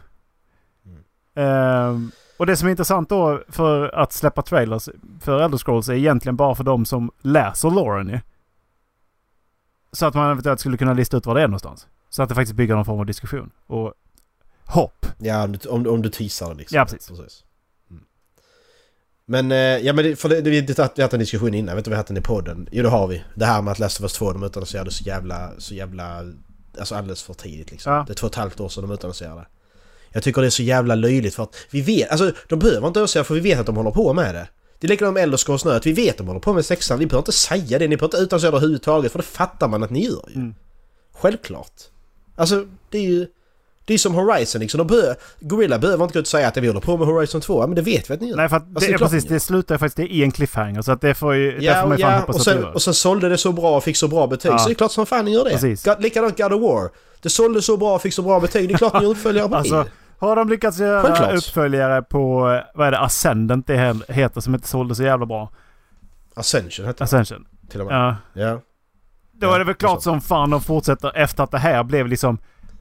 Och det som är intressant då för att släppa trailers för Elder Scrolls är egentligen bara för de som läser loren ju. Så att man eventuellt skulle kunna lista ut var det är någonstans. Så att det faktiskt bygger någon form av diskussion. Och hopp. Ja, om du teasar det liksom. Ja, precis. Mm. Men, för vi har haft en diskussion innan. Jag vet inte om vi har haft den i podden. Jo, det har vi. Det här med att Last of Us 2, de utannonserade så jävla alltså alldeles för tidigt liksom. Ja. Det är 2,5 år sedan de utannonserade. Jag tycker det är så jävla löjligt för att vi vet, alltså de behöver inte säga för vi vet att de håller på med det. Det är likadant med Elder Scrolls nu, att vi vet att de håller på med sexan. Vi behöver inte säga det, ni behöver inte utannonsera det överhuvudtaget för det fattar man att ni gör ju. Självklart. Alltså det är som Horizon liksom. Gorilla behöver inte gå ut och säga att vi håller på med Horizon 2, men det vet vi att ni gör. Nej, för att alltså, det, precis, det slutar faktiskt i en cliffhanger så att det får ju... och sen sålde det så bra och fick så bra betyg så det är klart som fan ni gör det. Precis. Likadant God of War. Det sålde så bra och fick så bra betyg, det är klart ni uppföljare på alltså, har de lyckats göra uppföljare på, vad är det, Ascendant det heter som inte sålde så jävla bra? Ascension heter det. Ascension. Till och med. Ja. Då är det väl klart som fan de fortsätter efter att det här blev liksom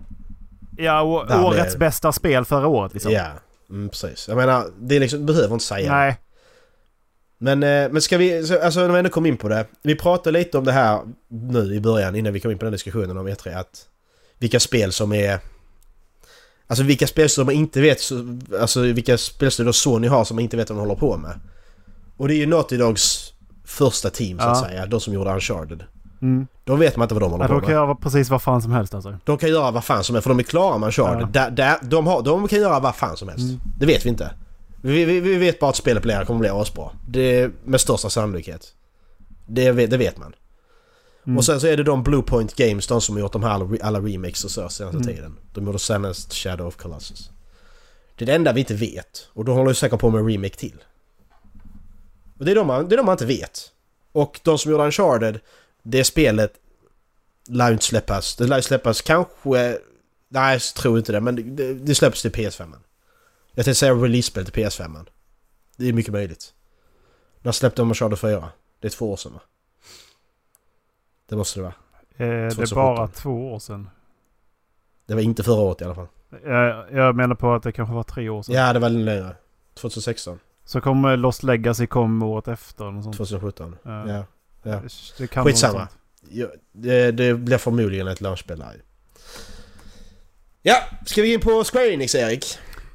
årets bästa spel förra året liksom. Ja, precis. Jag menar, det är liksom, behöver inte säga. Nej. Men ska vi, alltså när vi ändå kom in på det. Vi pratade lite om det här nu i början innan vi kom in på den diskussionen om E3 att vilka spel som är... Alltså vilka spel som man inte vet, alltså vilka spelstudior Sony har som man inte vet vad de håller på med. Och det är ju Naughty Dogs första team så att säga, de som gjorde Uncharted. De vet man inte vad de håller på med. De kan göra precis vad fan som helst alltså. De kan göra vad fan som helst för de är klara med Uncharted. De kan göra vad fan som helst. Det vet vi inte. Vi vet bara att spelet kommer bli asbra. Det är med största sannolikhet. Det vet man. Och sen så är det de Bluepoint Games, de som har gjort de här alla remakes och så senaste tiden. De gjorde senast Shadow of Colossus. Det är det enda vi inte vet. Och då håller vi säkert på med remake till. Och det är de man inte vet. Och de som gjorde Uncharted, det spelet lär inte släppas. Det lär släppas kanske... Nej, jag tror inte det. Men det släpps till PS5. Jag tänkte säga release-spel till PS5. Det är mycket möjligt. När släppte de Uncharted 4? Det är 2 år sedan va? Det måste det vara. Det är bara 2 år sedan. Det var inte förra året i alla fall. Jag menar på att det kanske var 3 år sedan. Ja, det var längre. 2016. Så kommer Lost Legacy året efter. Något sånt. 2017. Ja. Det kan skitsamma. Det blir förmodligen ett launchspel där. Ja, ska vi in på Square Enix, Erik?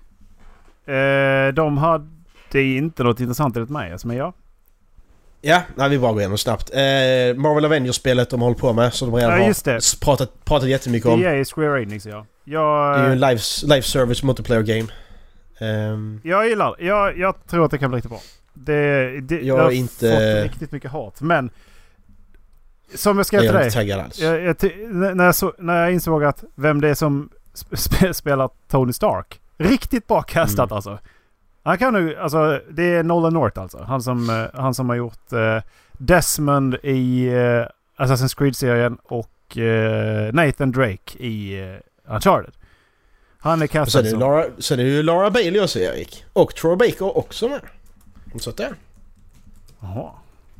De hade inte något intressant enligt mig, men ja. Ja, vi bara går igenom snabbt. Marvel Avengers-spelet de håller på med, så de redan har pratat jättemycket om. Det är Square Enix, ja. Det är ju en live service multiplayer game. Jag gillar det. Jag tror att det kan bli riktigt bra. Jag har inte fått riktigt mycket hat, men som jag skrev till dig. Taggad alls. När jag insåg att vem det är som spelar Tony Stark. Riktigt bra kastat alltså. Han kan nu, alltså det är Nolan North alltså. Han som har gjort Desmond i Assassin's Creed-serien och Nathan Drake i Uncharted. Han är kastad så. Sen är det ju Laura Bailey också, Erik. Och Troy Baker också med. Hon satt där. Jaha.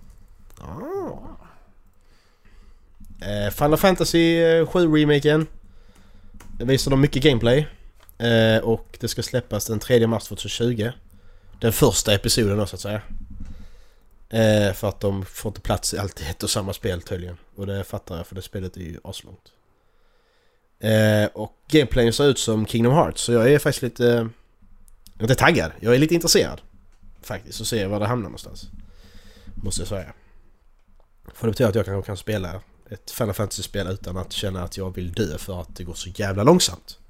Final Fantasy 7-remaken. Det visar de mycket gameplay. Och det ska släppas den 3 mars 2020. Den första episoden då, så att säga. För att de får inte plats i alltid ett och samma spel tydligen. Och det fattar jag, för det spelet är ju aslångt. Och gameplayen ser ut som Kingdom Hearts. Så jag är faktiskt lite... inte taggad. Jag är lite intresserad faktiskt, och se var det hamnar någonstans. Måste jag säga. För det betyder att jag kanske kan spela ett Final Fantasy-spel utan att känna att jag vill dö för att det går så jävla långsamt.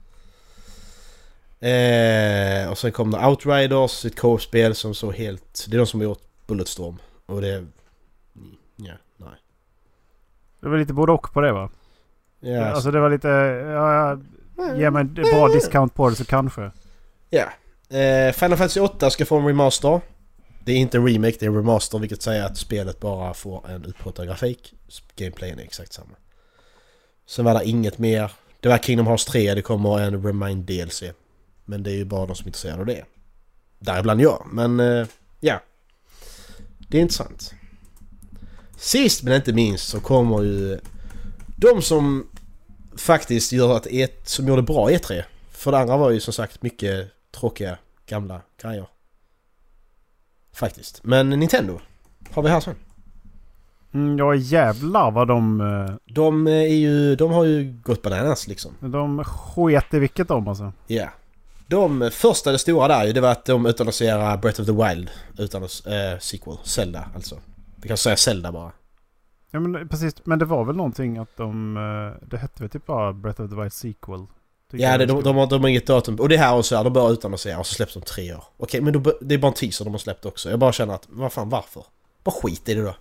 Och sen kom det Outriders, ett co-spel som så helt... Det är de som har gjort Bulletstorm. Och det... Ja, nej. Det var lite både och på det, va? Ja, alltså det var lite... ge mig en bra discount på det så kanske. Ja. Final Fantasy 8 ska få en remaster. Det är inte en remake, det är en remaster, vilket säger att spelet bara får en utplottad grafik. Gameplayen är exakt samma. Sen var det inget mer. Det var Kingdom Hearts 3, det kommer en Remind DLC. Men det är ju bara de som är intresserade av det. Däribland jag, men ja. Det är intressant. Sist men inte minst så kommer ju de som faktiskt gör att som gjorde bra E3. För det andra var ju som sagt mycket tråkiga gamla grejer. Faktiskt. Men Nintendo har vi här sen. Ja, jävlar vad de... De har ju gått bananas liksom. De sket i vilket om alltså. Ja. De första, det stora där, det var att de utannonserade Breath of the Wild utan sequel. Zelda alltså. Vi kan säga Zelda bara. Ja men precis, men det var väl någonting att det hette väl typ bara Breath of the Wild sequel. Ja, de har inget datum. Och det här också, de bara utannonsera och så släpps de 3 år. Okej, men det är bara en teaser de har släppt också. Jag bara känner att, varför? Bara skit i det då.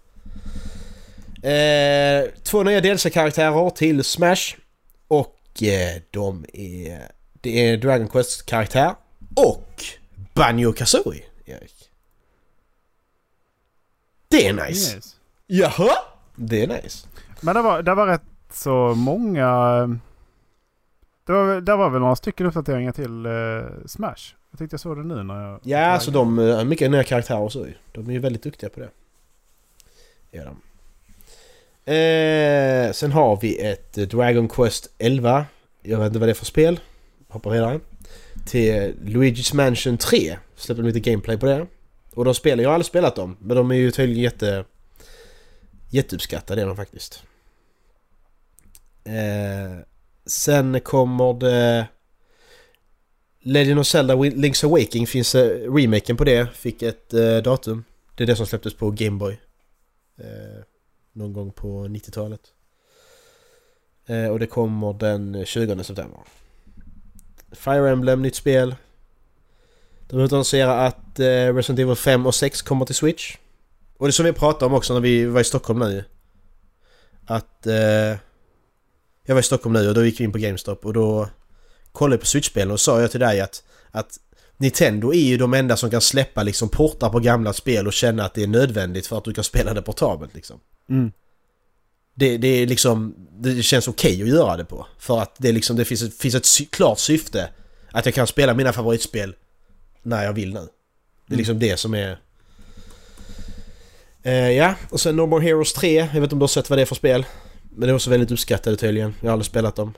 2 nya DLC-karaktärer till Smash. Och det är Dragon Quest-karaktär och Banjo-Kazooie, Erik. Det är nice. Yes. Jaha? Det är nice. Men det var rätt så många... Det var väl några stycken uppdateringar till Smash. Jag tyckte jag såg det nu när jag... Ja, alltså de är mycket nya karaktärer och så. De är ju väldigt duktiga på det. Ja, de. Sen har vi ett Dragon Quest 11. Jag vet inte vad det är för spel. Hoppar vidare. Till Luigi's Mansion 3. Släpper de lite gameplay på det. Och de spelar, jag har aldrig spelat dem. Men de är ju tydligen jätteuppskattade, är de faktiskt. Sen kommer det Legend of Zelda Link's Awakening, finns remaken på det. Fick ett datum. Det är det som släpptes på Game Boy. Någon gång på 90-talet. Och det kommer den 20 september. Fire Emblem, nytt spel. De utannonserar att Resident Evil 5 och 6 kommer till Switch. Och det som vi pratade om också när vi var i Stockholm nu. Att jag var i Stockholm nu och då gick vi in på GameStop och då kollade jag på Switch-spelen och sa jag till dig att Nintendo är ju de enda som kan släppa liksom portar på gamla spel och känna att det är nödvändigt för att du kan spela det portabelt liksom. Mm. Det är liksom, det känns okej att göra det på. För att det, liksom, det finns ett klart syfte att jag kan spela mina favoritspel när jag vill nu. Det är liksom det som är... ja, och sen No More Heroes 3. Jag vet inte om du har sett vad det är för spel. Men det är också väldigt uppskattade tydligen. Jag har aldrig spelat dem.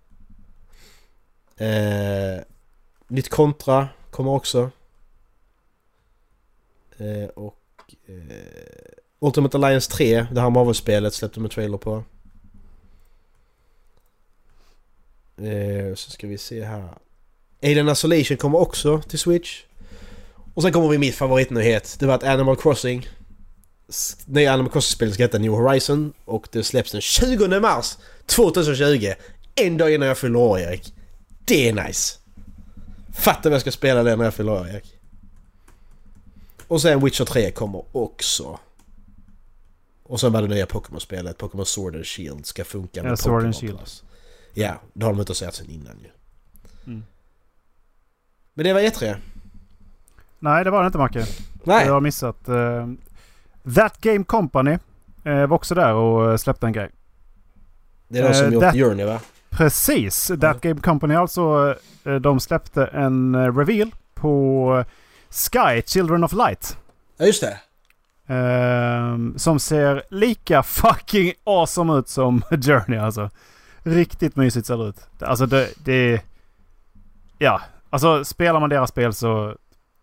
Nytt Contra kommer också. Och Ultimate Alliance 3, det här Marvel-spelet, släppte de en trailer på. Så ska vi se här. Alien Isolation kommer också till Switch. Och sen kommer vi mitt favoritnyhet. Det var att Animal Crossing, nya Animal Crossing-spelet ska heta New Horizon. Och det släpps den 20 mars 2020. En dag innan jag fyller år, Erik. Det är nice. Fattar vad jag ska spela det när jag fyller år, Erik. Och sen Witcher 3 kommer också. Och sen var det nya Pokémon-spelet, Pokémon Sword and Shield, ska funka med Pokémon Plus. Ja, det har de inte sett sen innan ju. Mm. Men det var E3. Nej, det var det inte, Macke. Nej. Jag har missat. That Game Company var också där och släppte en grej. Det är de som gjort Journey, va? Precis. That Game Company alltså. De släppte en reveal på Sky, Children of Light. Ja, just det. Som ser lika fucking awesome ut som Journey alltså. Riktigt mysigt ser det ut. Alltså det ja, alltså spelar man deras spel så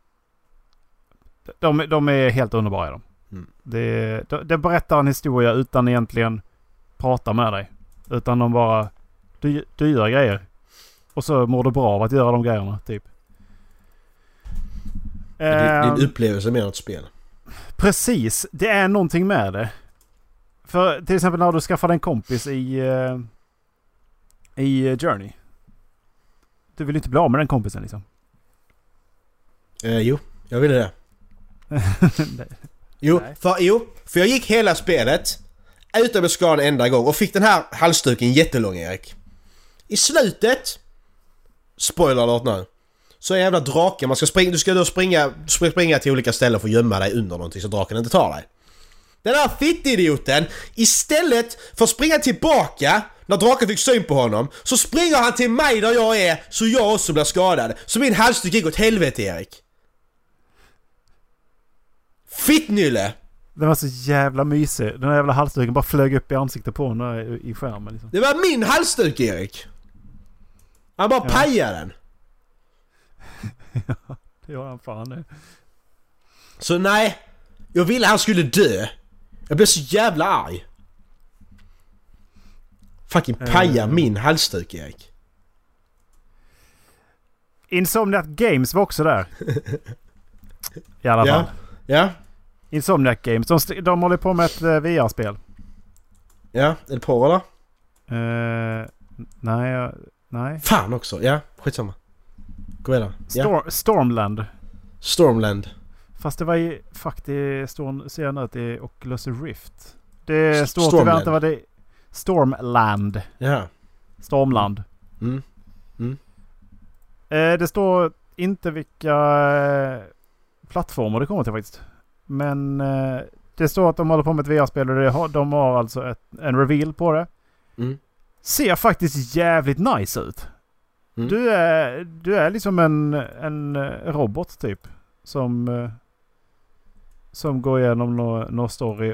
de är helt underbara de. Mm. Det berättar en historia utan egentligen prata med dig. Utan de bara du gör grejer. Och så mår du bra av att göra de grejerna typ. Det är en upplevelse med något spel. Precis, det är någonting med det. För till exempel när du skaffade en kompis i Journey. Du vill inte bli av med den kompisen liksom. Jo, jag ville det. För jag gick hela spelet utan att skada en enda gång och fick den här halsduken jättelång, Erik. I slutet, spoiler alert nu, så är en jävla drake. Du ska då springa till olika ställen för att gömma dig under någonting så draken inte tar dig. Den här fittidioten, istället för att springa tillbaka när draken fick syn på honom, så springer han till mig där jag är så jag också blir skadad. Så min halsduk gick åt helvete, Erik. Fittnylle! Den var så jävla mysig. Den här jävla halsduken bara flög upp i ansiktet på honom i skärmen. Liksom. Det var min halsduk, Erik. Han bara pajade den. Ja, det gör han fan nu. Så nej, jag ville han skulle dö. Jag blev så jävla arg. Fucking paja min halsduk, Erik. Insomniac Games var också där. I alla fall. Ja. Insomniac Games. De håller på med ett VR-spel. Ja, är det på eller? Nej. Fan också, ja. Skitsamma. Gå vidare. Stormland. Fast det var ju faktiskt ser jag nu att det är Oculus Rift. Det står tyvärr inte vad det är. Stormland. Ja. Stormland. Det står inte vilka plattformar det kommer till faktiskt. Men det står att de håller på med ett VR-spel och de har alltså en reveal på det. Ser faktiskt jävligt nice ut. Du är liksom en robot typ som går igenom någon story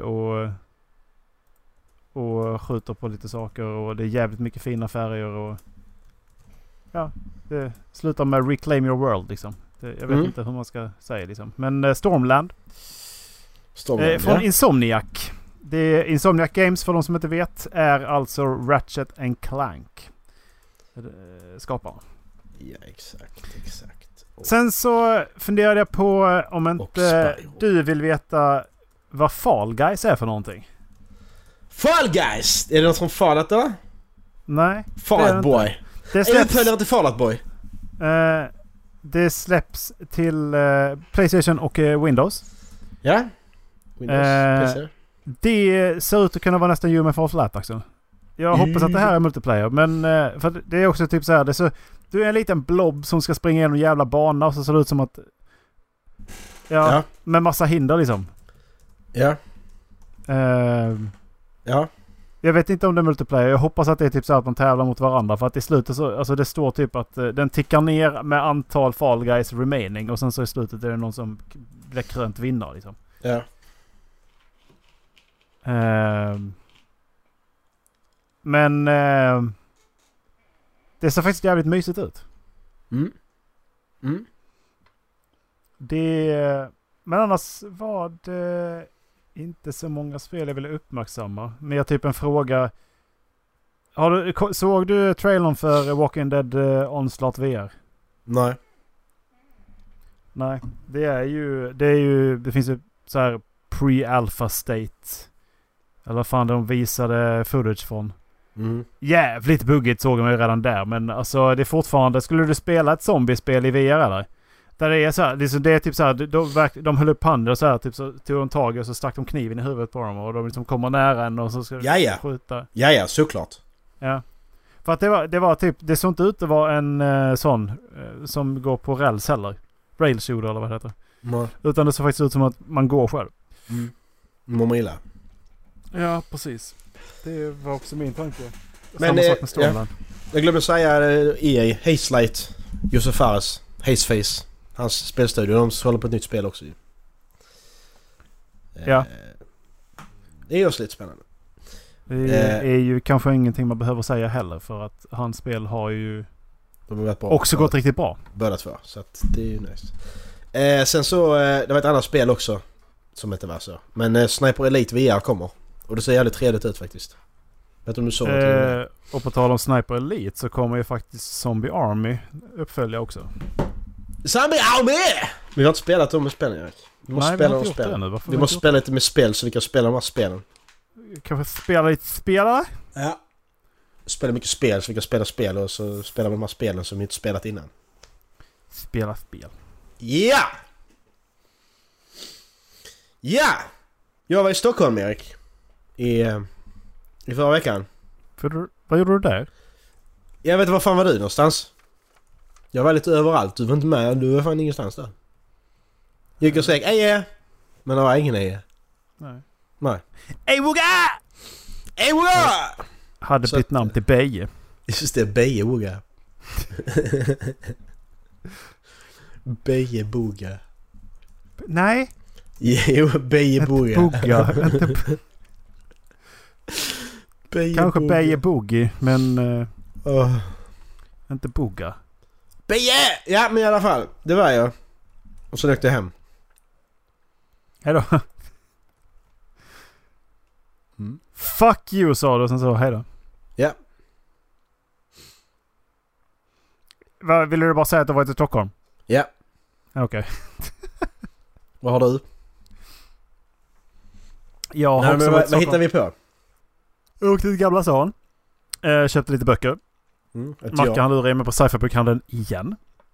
och skjuter på lite saker och det är jävligt mycket fina färger och ja, det slutar med Reclaim Your World liksom. Jag vet inte hur man ska säga liksom. Men Stormland från Insomniac. Det är Insomniac Games, för de som inte vet, är alltså Ratchet & Clank skaparen. Ja, exakt. Sen så funderade jag på om inte du vill veta vad Fall Guys är för någonting. Fall Guys! Är det något från Fallout då? Nej. Fallout Boy. Det släpps... Är det uppföljare till Fallout Boy? Det släpps till PlayStation och Windows. Ja. Windows, det ser ut att kunna vara nästan Human Fall Flat också. Jag hoppas att det här är multiplayer, men för det är också typ så här, du är en liten blob som ska springa igenom en jävla bana och så ser det ut som att med massa hinder liksom. Ja. Jag vet inte om det är multiplayer. Jag hoppas att det är typ så att man tävlar mot varandra, för att i slutet så, alltså det står typ att den tickar ner med antal Fall Guys remaining och sen så i slutet är det någon som blir krönt vinnare liksom. Ja. Men det ser faktiskt jävligt mysigt ut. Men annars var det inte så många spel jag ville uppmärksamma. Men jag typ en fråga. Såg du trailern för Walking Dead Onslaught VR? Nej. Det finns ju så här pre-alpha state. Eller fan, de visade footage från. Jävligt buggigt såg man ju redan där. Men alltså det är fortfarande... Skulle du spela ett zombiespel i VR eller? Där det är så här, det är typ så här, de höll upp handen och så här, typ så tog de tag och så stack de kniven i huvudet på dem och de liksom kommer nära en och så ska skjuta. Ja, såklart. Ja. För att det var typ, det såg inte ut att vara en sån som går på räls heller. Rail shooter eller vad det heter. Utan det såg faktiskt ut som att man går själv. Mår man illa. Ja, precis. Det var också min tanke. Men jag glömde säga EA, Hazelight, Josef Fares, Hazeface. Hans spelstudio, de håller på ett nytt spel också. Ja. Det är också lite spännande. Det är ju kanske ingenting man behöver säga heller, för att hans spel har ju också gått riktigt bra. Båda två, så att det är ju nice. Sen så, det var ett annat spel också som inte var så. Men Sniper Elite VR kommer. Och det ser jävligt trevligt ut faktiskt. Vet du om du såg det? Och på tal om Sniper Elite så kommer ju faktiskt Zombie Army uppfölja också. Zombie Army! Vi har inte spelat de med spelen, Erik. Vi måste spela de spelen. Vi måste spela lite med spel så vi kan spela de här spelen. Kanske spela lite spelare? Ja. Spela mycket spel så vi kan spela spel och så spela med de här spelen som vi inte spelat innan. Spela spel. Ja! Ja! Jag var i Stockholm, Erik. I förra veckan. Vad gjorde du där? Jag vet inte, vad fan var du någonstans? Jag var lite överallt. Du var inte med. Du var fan ingenstans där. Gick och skrek eje. Men det var ingen eje. Nej. Ej Wugga! Ej Wugga! Hade bytt namn till Beje. Just det, Beje Wugga. Beje Bugga. Nej. Jo, Beje Bugga. Bugga. Kanske Bugga. Beje Boogie, men inte Bugga. Beje! Ja, men i alla fall. Det var jag. Och så åkte jag hem. Hejdå. Fuck you, sa du, och sen så hejdå. Ja. Ville du bara säga att du varit i Stockholm? Ja. Okej. Vad har du? Jag har också varit i vad hittar vi på? Jag åkte till Gamla stan. Köpte lite böcker. Mackan han lurar mig på sci-fi-bokhandeln igen.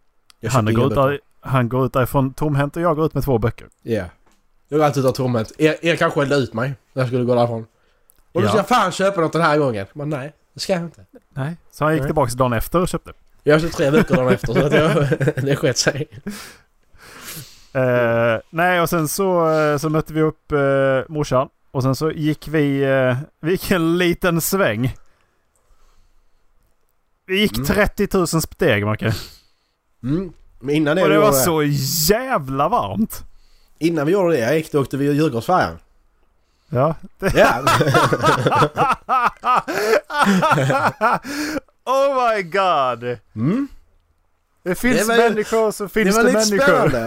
Han går ut därifrån tomhänt och jag går ut med 2 böcker. Ja. Yeah. Jag går alltid ut tomhänt. Er kanske skällde ut mig när jag skulle gå därifrån. Och du ska fan köpa något den här gången. Men nej, det ska jag inte. Nej. Så han gick tillbaka dagen efter och köpte. Jag köpte 3 veckor dagen efter så att det skett sig. Nej, och sen så mötte vi upp morsan. Och sen så gick vi gick en liten sväng. Vi gick 30 000 steg, Marke. Men innan det och det var så jävla varmt. Innan vi gjorde det, då åkte vi i Djurgårdsfärjan. Ja. Ja. Oh my god. Det finns människor så finns det människor. Spännande.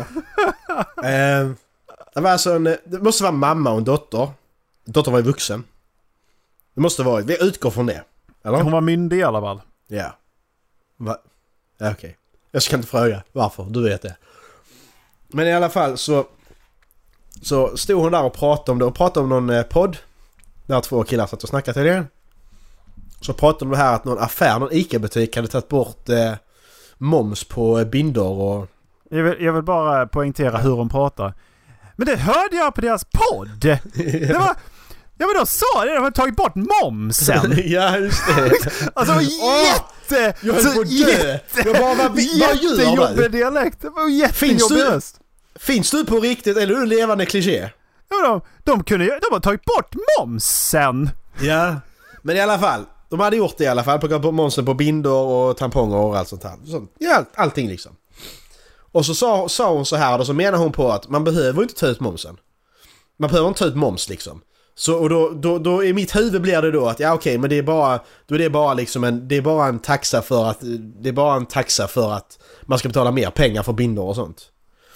Det var alltså det måste vara mamma och en dotter. Dottern var ju vuxen. Det måste vara. Vi utgår från det. Eller? Hon var myndig i alla fall. Ja. Ja, okej. Jag ska inte fråga varför. Du vet det. Men i alla fall så stod hon där och pratade om det. Och pratade om någon podd. Där 2 killar satt och snackade till det. Så pratade de om det här att någon affär, någon ICA-butik hade tagit bort moms på bindor och... Jag vill bara poängtera hur de pratar. Men det hörde jag på deras podd. Det var... Ja, men de sa det. De hade tagit bort momsen. Ja, just det. Alltså, jag höll på att dö. Jag bara, vad gör du? Dialekt. Det var jättejobbig röst. Finns du på riktigt eller är du levande kliché? Ja, de har tagit bort momsen. Ja. Men i alla fall, de hade gjort det i alla fall. Plockat bort momsen på bindor och tamponger och allt sånt här. Ja, allting liksom. Och så sa hon så här, och så menar hon på att man behöver inte ta ut momsen. Man behöver inte ta ut moms liksom. Så och då i mitt huvud blir det då att ja okej, men det är bara liksom det är bara en taxa för att man ska betala mer pengar för bindor och sånt.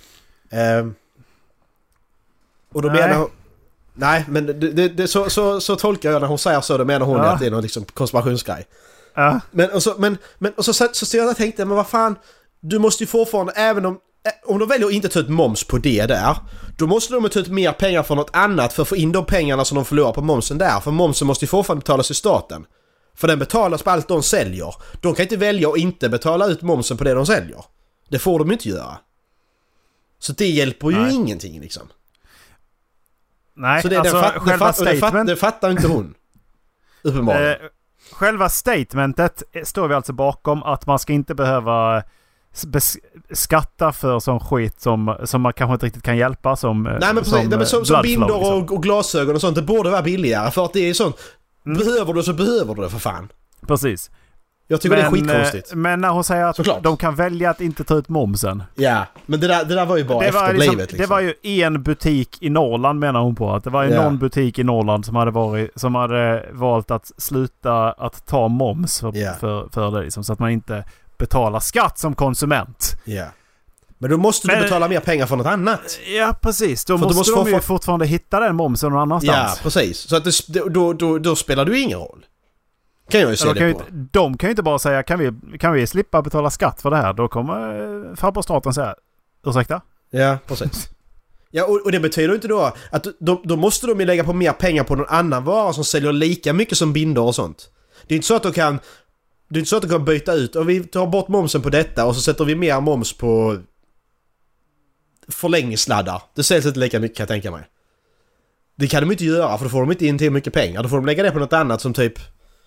Och då menar hon, nej, men så tolkar jag när hon säger så, då menar hon att det är någon liksom konspirationsgrej. Men så stod jag och tänkte, men vad fan, du måste ju fortfarande, även om de väljer att inte ta ut moms på det där, då måste de ta ut mer pengar från något annat för att få in de pengarna som de förlorar på momsen där. För momsen måste ju fortfarande betalas i staten. För den betalas på allt de säljer. De kan inte välja att inte betala ut momsen på det de säljer. Det får de inte göra. Så det hjälper ju ingenting liksom. Nej, så det, alltså själva statement... Det fattar inte hon. Uppenbarligen. Själva statementet står vi alltså bakom, att man ska inte behöva skatta för sån skit som man kanske inte riktigt kan hjälpa som som bindor och glasögon och sånt. Det borde vara billigare för att det är sånt. Behöver du så behöver du det för fan. Precis. Jag tycker det är skitkonstigt. Men när hon säger att de kan välja att inte ta ut momsen. Ja, men det där var ju bara efterblivet liksom. Det var ju en butik i Norrland, menar hon på. Att det var ju någon butik i Norrland som hade valt att sluta att ta moms för det liksom, så att man inte betalar skatt som konsument. Ja. Men då måste du betala mer pengar för något annat. Ja, precis. Då måste de ju fortfarande hitta den momsen någon annanstans. Ja, precis. Så att då spelar du ingen roll. Kan jag ju se det på. De kan ju inte bara säga, kan vi slippa betala skatt för det här? Då kommer farbror staten säga, ursäkta? Ja, precis. Ja, och det betyder inte då att då måste de ju lägga på mer pengar på någon annan vara som säljer lika mycket som bindor och sånt. Det är inte så att de kan byta ut, och vi tar bort momsen på detta och så sätter vi mer moms på förlängningssladdar. Det säljs inte lika mycket, kan jag tänka mig. Det kan de inte göra, för då får de inte in till mycket pengar. Då får de lägga det på något annat som typ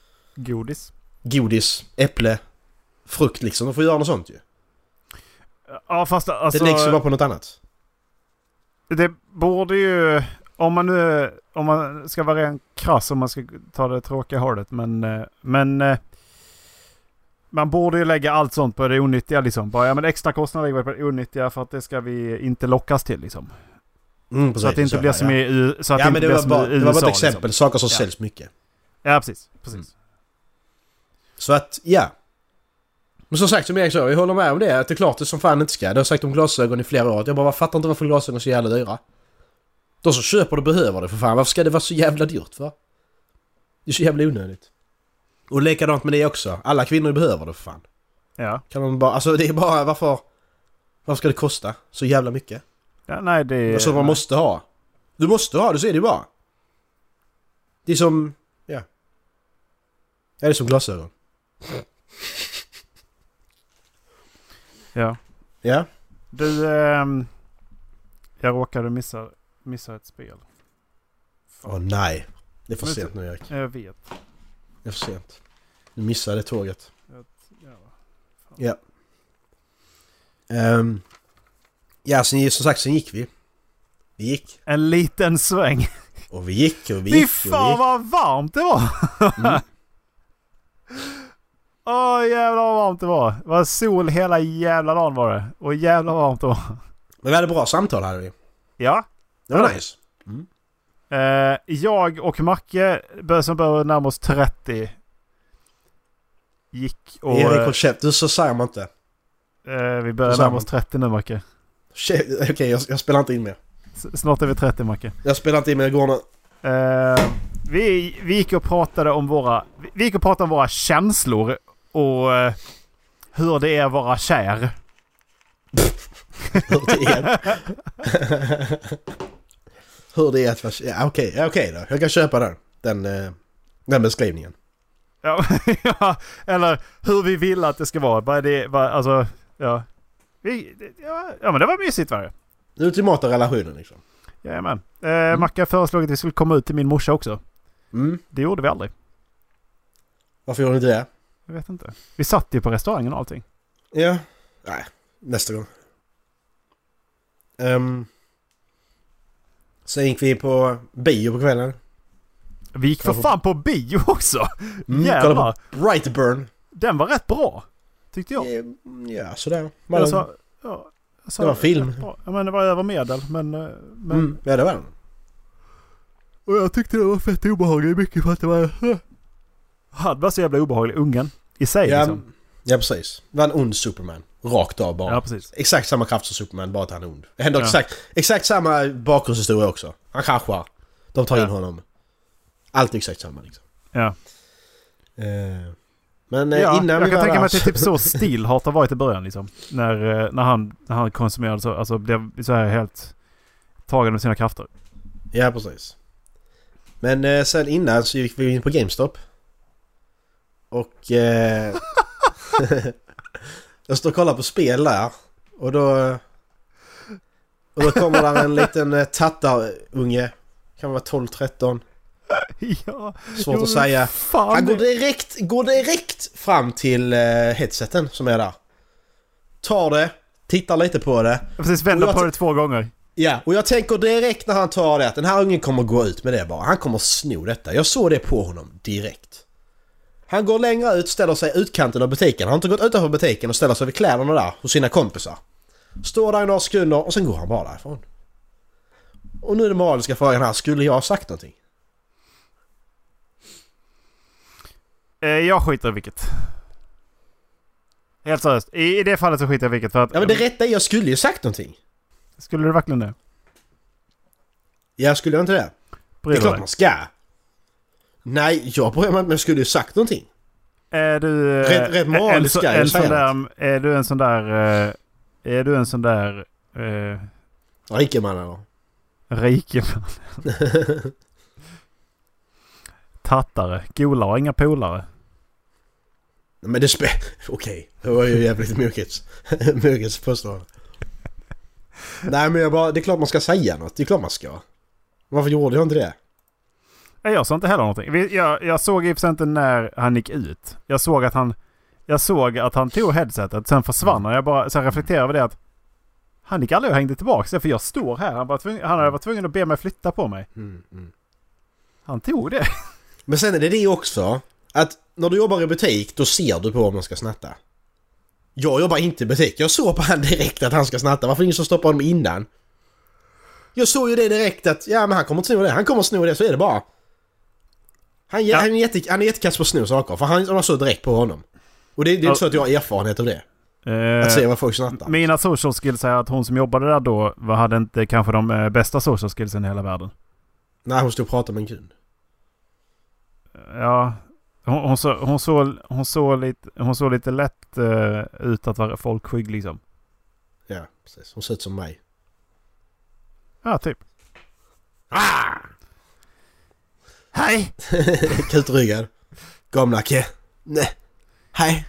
godis, äpple, frukt liksom. De får göra något sånt ju. Ja, fast alltså... Det läggs ju bara på något annat. Det borde ju... Om man ska vara ren krass, om man ska ta det tråkiga hållet. Men man borde ju lägga allt sånt på det onyttiga liksom. Bara, men extra kostnader lägger på det onyttiga för att det ska vi inte lockas till liksom. Precis, så att det inte blir som i så att ja, det men inte det blir var som i USA. Det var bara ett exempel. Liksom. Saker som säljs mycket. Ja, precis. Så att, ja. Men som sagt, som jag sa, jag håller med om det. Att det är klart det som fan inte ska. Det har sagt om glasögon i flera år. Jag bara fattar inte varför glasögon är så jävla dyra. De som köper och behöver det för fan. Varför ska det vara så jävla dyrt för? Det är så jävla onödigt. Och likadant med det också. Alla kvinnor behöver det för fan. Ja. Kan de bara, alltså det är bara varför ska det kosta så jävla mycket? Ja, nej det är... Alltså man måste ha. Du måste ha, du ser det bara. Det är som, ja. Det är som glasögon. Ja. Ja. Du, jag råkade missa ett spel. Nej. Det är för sent nu, Erik. Jag vet. Det är för sent. Du missade tåget. Ja. Ja, som sagt, sen gick vi. Vi gick. En liten sväng. Och vi gick. Fy fan vad varmt det var. Åh, jävlar vad varmt det var. Det var sol hela jävla dagen var det. Och jävlar vad varmt det var. Men vi hade bra samtal hade vi. Ja. Det var nice. Jag och Macke som började närma oss 30 gick och... Erik och Chef, du så säger man inte. Vi börjar närma oss 30 nu, Macke. Okej, jag spelar inte in mer. Snart är vi 30, Macke. Jag spelar inte in mer, jag går nu. Vi gick och pratade om våra känslor och hur det är att vara kär. Hur det är att vara kär. Ja, okej då. Jag kan köpa den beskrivningen. Ja, eller hur vi vill att det ska vara. Alltså, ja. Ja, men det var mysigt, var det. Den ultimata relationen liksom. Jajamän. Macka föreslog att vi skulle komma ut till min morsa också. Det gjorde vi aldrig. Varför gjorde ni inte det? Jag vet inte. Vi satt ju på restaurangen och allting. Ja. Nej, nästa gång. Sen gick vi på bio på kvällen. Vi gick för fan på bio också. Jävlar. Brightburn. Den var rätt bra. Tyckte jag. Ja, sådär. Det var film. Ja, men det var över medel. Men... Ja, det var den. Och jag tyckte det var fett obehagligt mycket för att det var... Han var så jävla obehaglig, ungen. I sig liksom. Ja, precis. Det var en ond Superman. Rakt av bara. Ja, precis. Exakt samma kraft som Superman, bara att han är ond. Det händer exakt samma bakgrundshistoria också. Han kraschar. De tar in honom. Allt är exakt samma liksom. Ja. Men innan jag kan tänka mig att det är där... typ så Steelheart har varit i början liksom. När han konsumerade så, alltså blev så här helt tagen av sina krafter. Ja, precis. Men sen innan så gick vi in på GameStop. Och jag står och kollar på spel där. Och då kommer där en liten tattarunge. Kan vara 12-13. Ja, svårt att säga. Han går direkt fram till headseten som är där. Tar det, tittar lite på det. Jag precis vänder på det 2 gånger. Ja, och jag tänker direkt när han tar det att den här ungen kommer gå ut med det bara. Han kommer sno detta. Jag såg det på honom direkt. Han går längre ut, ställer sig utkanten av butiken. Han har inte gått utanför butiken och ställer sig vid kläderna där hos sina kompisar. Står där i några sekunder och sen går han bara därifrån. Och nu är det moraliska frågan här. Skulle jag ha sagt någonting? Jag skiter i vilket. Helt seriöst. I det fallet så skiter jag i vilket. För att, ja, men det rätta är jag skulle ju sagt någonting. Skulle du verkligen det? Jag skulle inte det. Det är klart man ska. Nej, jag bryr mig, men jag skulle ju sagt någonting. Är du... Rätt moraliskt ska jag säga. Är du en sån där... Rikeman eller? Rikeman. Tattare. Gola och inga polare. Men det okej. Det var ju jävligt mycket påstående. Nej, men det är klart man ska säga något. Det är klart man ska. Varför gjorde jag inte det? Jag sa inte heller någonting. Jag såg i och för sig inte när han gick ut. Jag såg att han tog headsetet. Sen försvann han. Jag bara så reflekterade över det att han gick aldrig och hängde tillbaka. För jag står här. Han hade varit tvungen att be mig flytta på mig. Han tog det. Men sen är det också. Att när du jobbar i butik, då ser du på om man ska snatta. Jag jobbar inte i butik. Jag såg på han direkt att han ska snatta. Varför ingen som stoppar honom innan? Jag såg ju det direkt att men han kommer inte sno det. Han kommer sno det, så är det bara. Han är jättekass på att sno saker. För han så direkt på honom. Och det är inte så att jag har erfarenhet av det. Att se vad folk snattar. Mina social skills säger att hon som jobbade där då hade inte kanske de bästa social skillsen i hela världen. Nej, hon stod och pratade med en kund. Ja, hon såg lite lätt ut att vara folkskygg liksom. Ja, precis. Hon ser ut som mig. Ja, typ. Hej! Kutryggad. Gamlacke. Nej. Hej.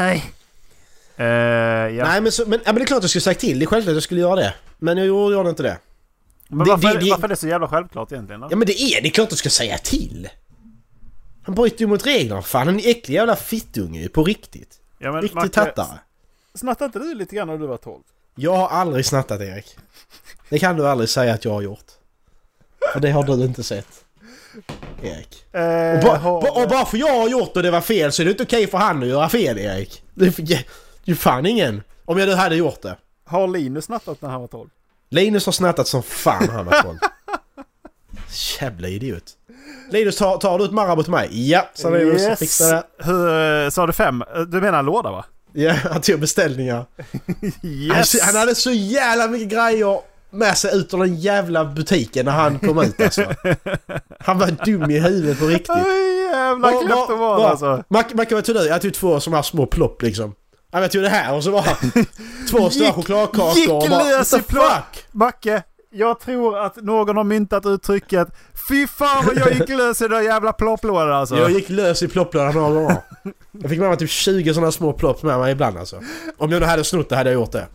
Ja. Nej, men det är klart att jag skulle sagt till. Det är självklart att jag skulle göra det. Men jag gjorde inte det. Men varför är det så jävla självklart egentligen då? Ja, men det är klart att jag ska säga till. Han bryter ju mot reglerna. Fan, han är en äcklig jävla fittunge på riktigt. Ja, men riktigt tattare. Snattade inte du lite grann när du var 12? Jag har aldrig snattat, Erik. Det kan du aldrig säga att jag har gjort. För det har du inte sett, Erik. Och bara för jag har gjort och det var fel, så är det inte okej för han att göra fel, Erik. Det är fan ingen. Om jag nu hade gjort det. Har Linus snattat när han var 12? Linus har snattat som fan när han var 12. Jävla idiot. Linus, tar du ett Marabou till mig? Ja, så Linus fixar det. Hur sa du 5? Du menar en låda, va? Ja, han tog beställningar. Yes. Han hade så jävla mycket grejer med sig ut ur den jävla butiken när han kom ut, alltså. Han var dum i huvudet på riktigt. Jävla kleptoman, alltså. Man kan vara till dig. Jag tog 2 som här små plopp liksom. Jag tog det här och så var 2 stora chokladkakor. Gick lös i plopp. Macke, jag tror att någon har myntat uttrycket fy fan vad jag gick lös i den jävla plopplådan, alltså. Jag gick lös i plopplådan några gånger. Jag fick med mig typ 20 sådana små plopp med mig ibland, alltså. Om jag nu hade snott det hade jag gjort det.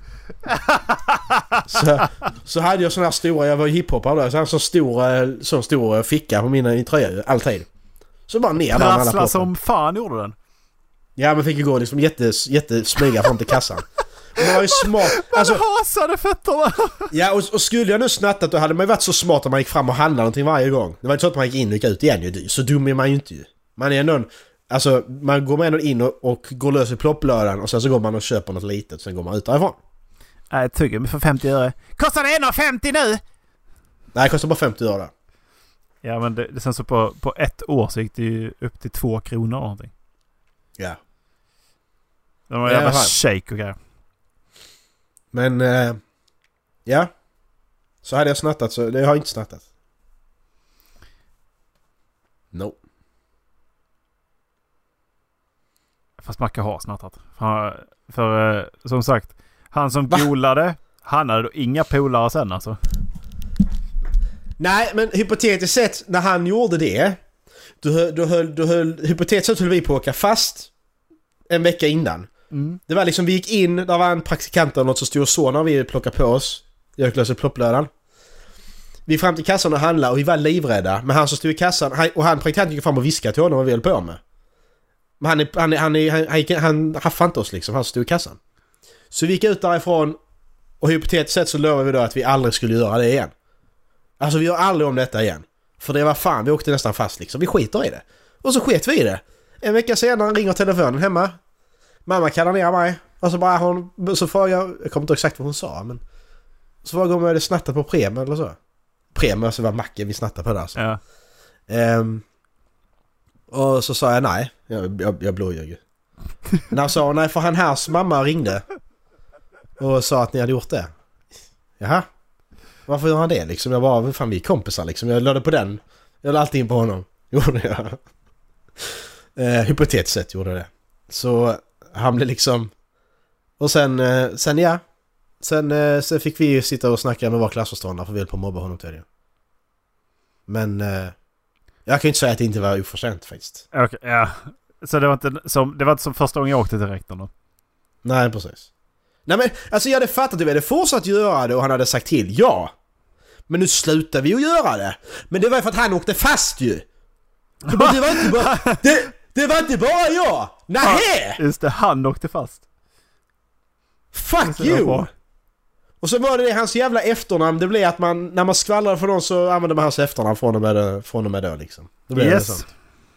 Så hade jag såna här stora, jag var hiphopare då, så en sån stor ficka på min tröja alltid. Så bara ner där alla ploppen. Som fan gjorde den. Ja, men fick ju gå liksom jättesmyga fram till kassan. Man var ju smart. Alltså, hasade fötterna. Ja, och skulle jag nu snattat, då hade man ju varit så smart att man gick fram och handlade någonting varje gång. Det var inte så att man gick in och gick ut igen ju. Så dum är man ju inte ju. Man är ändå alltså, man går med in och går lös i plopplödan och sen så går man och köper något litet och sen går man ut därifrån. Nej, tuggummi för 50 öre. Kostar det 1,50 nu? Nej, det kostar bara 50 öre. Ja, men det sen så på ett år så gick det ju upp till 2 kronor eller någonting. Ja. Det var jävla shake och grejer. Men, ja. Så hade jag snattat, så det har jag inte snattat. No. Fast Macke har snattat. För som sagt, han som golade, han hade då inga polare sen, alltså. Nej, men hypotetiskt sett, när han gjorde det, hypotetiskt sett höll vi på att åka fast en vecka innan. Mm. Det var liksom, vi gick in, där var en praktikant och något som stod och så när vi plockade på oss. Jag löser plopplödan. Vi fram till kassan och handlade och vi var livrädda. Men han som stod i kassan, han praktikanten gick fram och viskade till honom vad vi höll på med. Men han haffade inte oss liksom, han stod i kassan. Så vi gick ut därifrån och hypotetiskt sett så lovade vi då att vi aldrig skulle göra det igen. Alltså vi gör aldrig om detta igen. För det var fan, vi åkte nästan fast liksom. Vi skiter i det. Och så sket vi i det. En vecka senare ringer telefonen hemma. Mamma kallar ner mig. Och så bara så frågar jag kommer inte exakt vad hon sa, men så frågar om jag hade snattat på Prem eller så. Prem, alltså var macken vi snattade på där alltså. Ja. Och så sa jag nej. Jag blåljög. När sa hon nej, för han här mamma ringde och sa att ni hade gjort det. Jaha. Varför gör han det liksom? Jag bara, fan vi är kompisar liksom. Jag lade på den. Jag lade alltid in på honom. Gjorde jag. Hypotetiskt sett gjorde det. Så han blev liksom... Och sen ja. Sen fick vi ju sitta och snacka med vår klassförståndare för vi höll på att mobba honom till det. Men jag kan ju inte säga att det inte var oförtjänt faktiskt. Okej, ja. Så det var inte som första gången jag åkte till rektorn då? Nej, precis. Nej men, alltså jag hade fattat att vi hade fortsatt göra det och han hade sagt till, ja. Men nu slutar vi att göra det. Men det var för att han åkte fast ju. Det var inte bara jag. Nej. Just det, han åkte fast. Fuck you. Och så var det hans jävla efternamn. Det blev att man, när man skvallrar för någon så använder man hans efternamn från och med då liksom. Det blev yes. det sånt.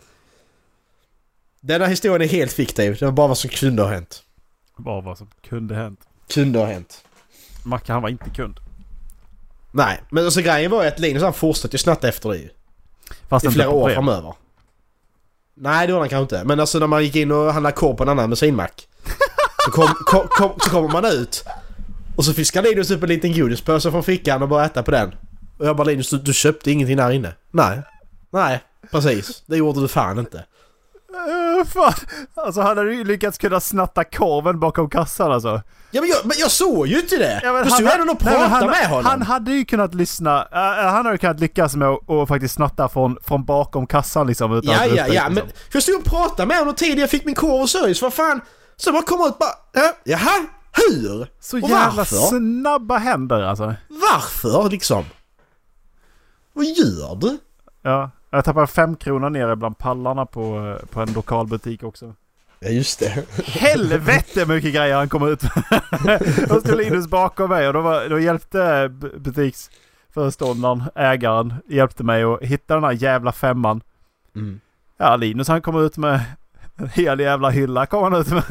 Denna historien är helt fiktiv. Det var bara vad som kunde ha hänt. Bara vad som kunde hänt. Kunde ha hänt. Macke, han var inte kund. Nej, men alltså grejen var ju att Linus han fortsatte ju snatta efter det ju. Fast i flera år framöver. Nej, det var han kanske inte. Men alltså när man gick in och handlade korv på en annan bensinmack. Så kommer man ut. Och så fiskar Linus upp en liten godispöse från fickan och bara äta på den. Och jag bara, Linus, du köpte ingenting där inne. Nej, precis. Det gjorde du fan inte. Fan. Alltså han hade ju lyckats kunna snatta korven bakom kassan alltså. Ja men jag såg ju inte det. Ja, du stod ändå och pratade med honom. Han hade ju kunnat lyssna. Han hade ju kunnat lyckas med att faktiskt snatta från bakom kassan liksom. Utan ja, liksom. Men jag stod och pratade med honom tidigare. Jag fick min korv och service. Vad fan? Så man kommer ut bara... Jaha? Hur? Så och jävla varför? snabba händer alltså. Varför liksom? Vad gör du? Ja, jag tappar 5 kronor ner bland pallarna på en lokal butik också. Ja, just det. Helvete mycket grejer han kom ut. Då stod Linus bakom mig och då hjälpte butiksföreståndaren, ägaren, hjälpte mig att hitta den här jävla 5:an. Mm. Ja, Linus han kom ut med en hel jävla hylla kom han ut med.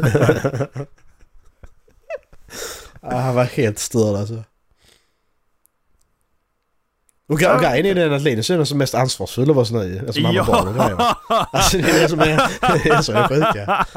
Han var helt störd alltså. Och grejen är den att Linus är den som är mest ansvarsfull av oss nu. Alltså man har barn och grejer. Alltså det är det som är så är sjuka.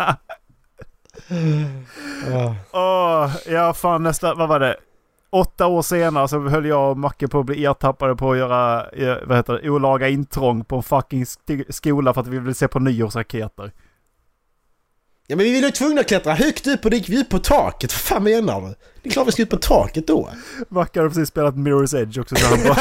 Ja fan nästa, vad var det? 8 år senare så höll jag och Macke på att bli ertappade på att göra olaga intrång på en fucking skola för att vi ville se på nyårsraketer. Ja men vi ville ju tvungna att klättra högt upp och det gick vi upp på taket. Vad fan menar du? Det är klart vi ska upp på taket då. Macke hade precis spelat Mirror's Edge också så han bara...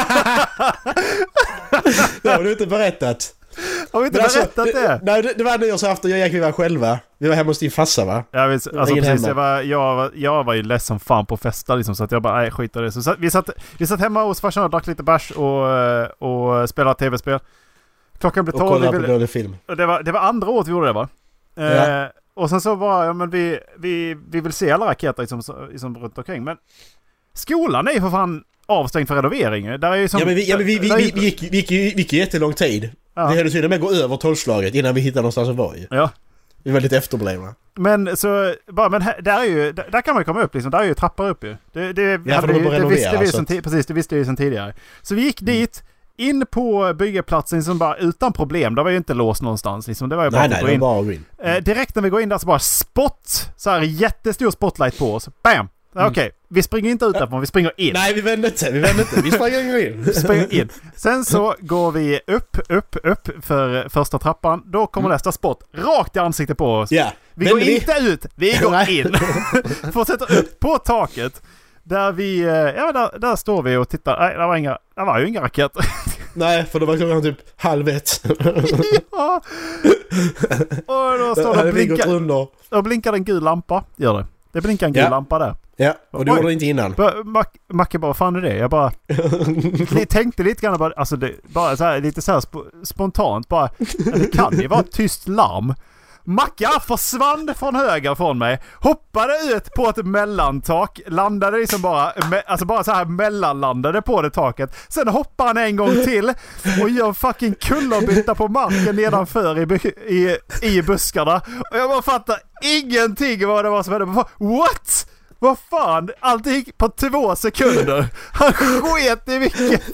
Det har du inte berättat. Har vi inte berättat det? Nej, det var nyårsafton, jag gick vi var själva. Vi var hemma hos din farsa va? Ja, alltså precis, jag var ju ledsen fan på festa liksom, så att jag bara, nej skit i det. Så vi satt hemma hos farsan och drack lite bärs och spelade tv-spel. Klockan blev 12. Och kollade på dålig film. Det var andra året vi gjorde det va? Ja. Och sen så bara, ja men vi vill se alla raketer liksom runt omkring. Men skolan är ju för fan avstängd för renovering. Där är ju som, vi gick ju jättelång tid. Ja. Vi hade till och med gå över 12-slaget innan vi hittade någonstans att vara ju. Ja. Vi var lite efterblivna. Men så men där kan man komma upp liksom. Där är ju trappor upp ju. Det visste vi sedan tidigare. Så vi gick dit in på byggeplatsen som bara utan problem. Det var ju inte låst någonstans liksom. Det var ju bara att gå in. Bara in. Direkt när vi går in där så bara spot, så här jättestor spotlight på oss. Bam. Okej, vi springer inte ut därifrån, vi springer in. Nej, vi vänder inte. Vi springer in. Sen så går vi upp för första trappan. Då kommer nästa spot rakt i ansiktet på oss. Yeah. Vi går inte ut, vi går in. Fortsätter upp på taket. Där vi, där står vi och tittar. Nej, det var ju inga raketer. Nej, för det var klockan typ 12:30. Ja. Och då står det och blinkar en gul lampa. Gör det. Det blinkar en gul lampa där. Ja, och det gjorde det inte innan. Macke bara, vad fan är det? Jag bara tänkte lite grann bara, alltså det, bara så här, lite så här spontant bara, det kan ju vara ett tyst larm. Macke försvann från höger från mig, hoppade ut på ett mellantak, landade liksom bara så här mellanlandade på det taket. Sen hoppar han en gång till och gör fucking kullerbytta på marken nedanför i buskarna. Och jag bara fattar ingenting vad det var som hände. What? Vad fan? Allt gick på 2 sekunder. Han sket i vilket.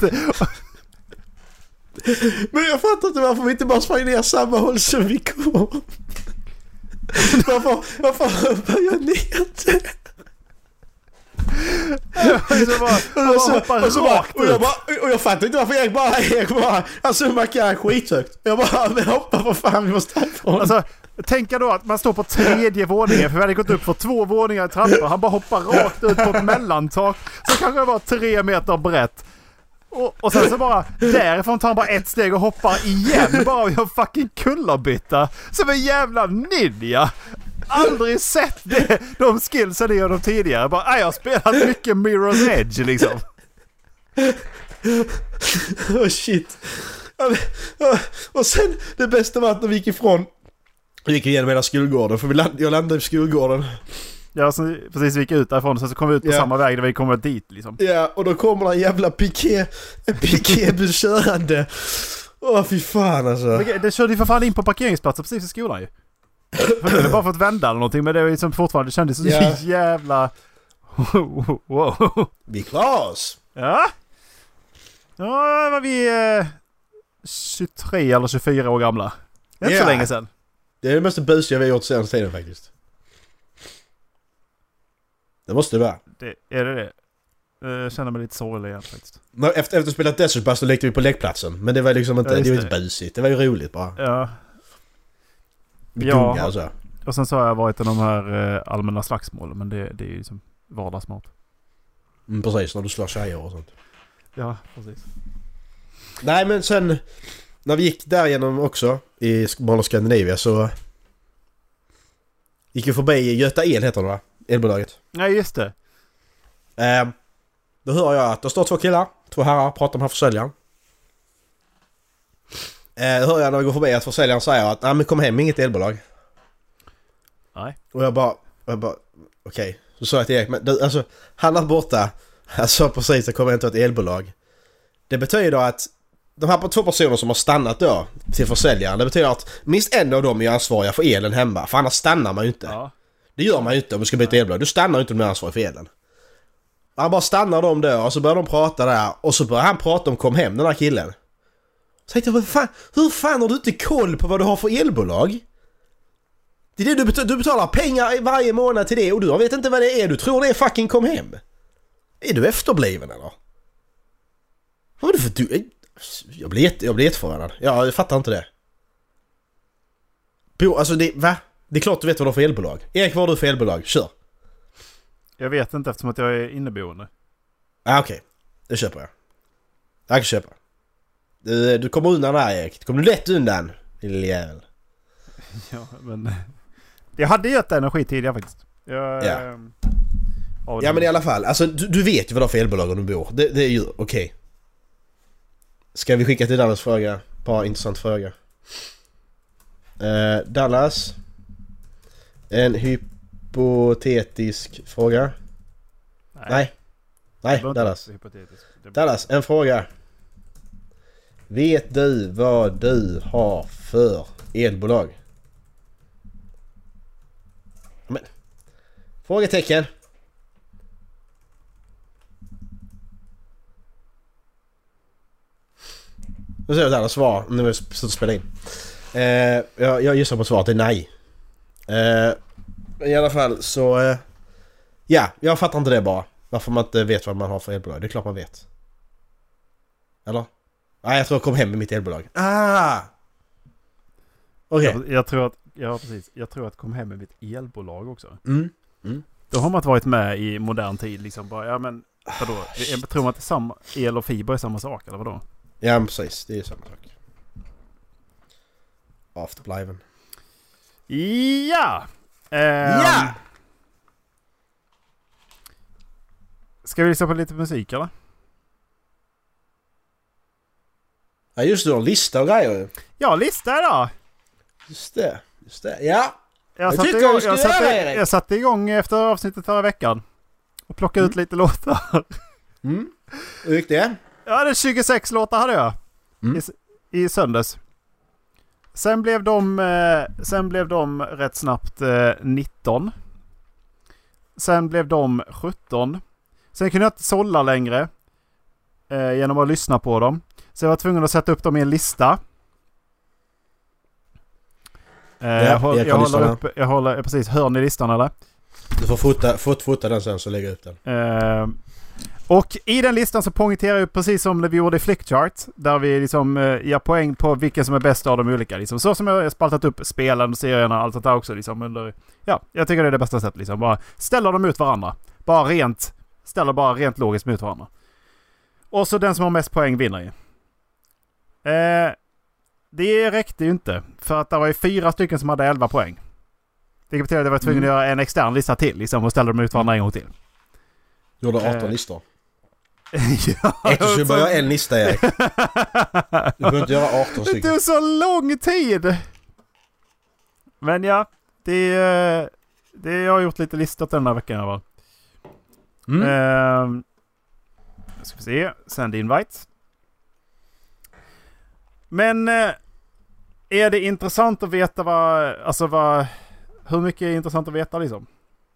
Men jag fattar inte varför vi inte bara sprang ner samma håll som vi kom. Varför hoppar jag ner det? Och jag fattar inte varför jag bara alltså Macke är skithögt. Jag bara, men hoppa för fan, vi måste härifrån. Alltså, tänka då att man står på 3:e våningen, för vi hade gått upp för 2 våningar i trappor. Han bara hoppar rakt ut på ett mellantak så kanske det var 3 meter brett. Och sen så bara därifrån tar han bara ett steg och hoppar igen bara och gör fucking kullerbytta som en jävla ninja. Aldrig sett det, de skillsen jag de tidigare. Bara, jag har spelat mycket Mirror's Edge liksom. Oh shit. Och sen det bästa var att när vi gick ifrån. Vi gick igenom hela skolgården. För jag landade i skolgården. Ja, så precis vi gick ut därifrån. Så kom vi ut på samma väg där vi kom dit liksom. Ja, och då kommer en jävla piké-buss körande. Åh, fy fan alltså. Men det körde ju för fan in på parkeringsplatsen precis i skolan ju. För nu är det bara för att vända eller någonting. Men det var ju som fortfarande kändes så jävla... Wow. Vi klarar oss. Ja. Ja, var vi 23 eller 24 år gamla. Det är inte så länge sedan. Det är det mest busiga vi har gjort senaste tiden faktiskt. Det måste det vara. Är det? Jag känner mig lite sorglig igen faktiskt. Efter att spelat Desert Bus så lekte vi på lekplatsen. Men det var liksom inte, det var inte busigt. Det var ju roligt bara. Ja. Vi gungar och så. Och sen så har jag varit i de här allmänna slagsmålen. Men det är ju liksom vardagsmat. Precis, när du slår tjejer och sånt. Ja, precis. Nej, men sen när vi gick där igenom också i Mall of Scandinavia så gick vi förbi Göta El heter det va? Elbolaget. Ja, just det. Då hör jag att det står 2 killar, 2 herrar pratar med försäljaren. Då hör jag när vi går förbi att försäljaren säger att nej men kom hem, inget elbolag. Nej. Och jag bara okej. Så sa jag till Erik, men du, alltså han är borta. Jag sa precis att kommer inte ett elbolag. Det betyder att de här 2 personer som har stannat då till försäljaren, det betyder att minst en av dem är ansvariga för elen hemma. För annars stannar man ju inte. Ja. Det gör man ju inte om du ska byta elbolag. Du stannar ju inte om du är ansvarig för elen. Han bara stannar dem då och så börjar de prata där. Och så börjar han prata om kom hem, den här killen. Så tänkte jag, hur fan har du inte koll på vad du har för elbolag? Det är det du betalar pengar varje månad till det och du vet inte vad det är. Du tror det är fucking kom hem. Är du efterbliven eller? Vad är det för du? Jag blir jätteförvånad. Ja, jag fattar inte det. Alltså va? Det är klart du vet vad du har för elbolag. Erik, vad har du för elbolag? Kör. Jag vet inte eftersom att jag är inneboende. Okej. Det köper jag. Jag kan köpa. Du kommer undan där, Erik. Du kommer lätt undan, lille jävel. Ja, men... Jag hade gett energi tidigare faktiskt. Ja, men i alla fall. Alltså, du vet ju vad du har för elbolag om du bor. Det är ju okej. Ska vi skicka till Dallas fråga? Bara intressant fråga. Dallas. En hypotetisk fråga. Nej, Dallas. Dallas, en fråga. Vet du vad du har för elbolag? Men, frågetecken. Nu ser jag Dallas svar. Nu är jag suttit och spela in. Jag gissar på svaret är nej. I alla fall så... ja, jag fattar inte det bara. Varför man inte vet vad man har för elbolag. Det är klart man vet. Eller? Nej, jag tror jag kom hem med mitt elbolag. Okej. Jag tror att... Ja, precis. Jag tror att kom hem med mitt elbolag också. Mm. Då har man inte varit med i modern tid. Liksom bara, ja men... Vadå? Jag tror att samma el och fiber är samma sak, eller vadå? Ja, precis. Det är samma sak. Afterbliven. Ja! Ja! Ska vi lyssna på lite musik, eller? Ja, just det. Du har lista och grejer. Ja, lista idag. Just det. Ja. Jag satte igång efter avsnittet förra veckan. Och plockade ut lite låtar. Hur gick det? Ja, det är 26 låtar hade jag. I söndags. Sen blev de rätt snabbt 19. Sen blev de 17. Sen kunde jag inte sålla längre. Genom att lyssna på dem. Så jag var tvungen att sätta upp dem i en lista. Jag håller precis. Hör ni listan eller? Du får fota den sen så lägger jag upp den. Och i den listan så poängterar jag precis som när vi gjorde i Flickchart. Där vi liksom ger poäng på vilken som är bäst av de olika. Liksom. Så som jag har spaltat upp spelen och serierna och allt sånt där också. Liksom, ja, jag tycker det är det bästa sättet. Liksom. Bara ställer dem ut varandra. Ställer bara rent logiskt mot varandra. Och så den som har mest poäng vinner ju. Det räckte ju inte. För att det var ju 4 stycken som hade 11 poäng. Det betyder att jag var tvungen att göra en extern lista till. Liksom, och ställa dem ut varandra en gång till. Du gjorde 18 listor. Eftersom du bara gör en lista, Erik. Du behöver inte göra 18 Det stycken. tog så lång tid! Men ja, jag har gjort lite listor den här veckan i alla fall. Ska vi se. Send invite. Men är det intressant att veta hur mycket är intressant att veta liksom?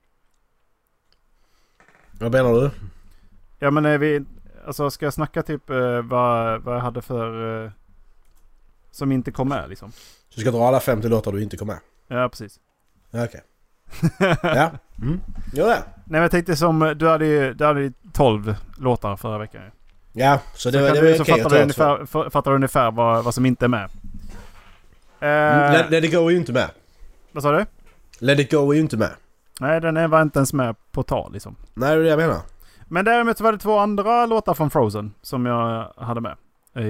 Vad menar du? Ja, men ska jag snacka typ vad jag hade för som inte kom med liksom? Så du ska dra alla 50 låtar du inte kom med? Ja, precis. Ja, okej. Ja. Gör det. Nej, men jag tänkte som du hade ju 12 låtar förra veckan. Ja, så det var så okej. fattar du ungefär vad som inte är med. Let It Go är ju inte med. Vad sa du? Let It Go är ju inte med. Nej, den var inte ens med på tal liksom. Nej, det är det jag menar. Men däremot var det 2 andra låtar från Frozen som jag hade med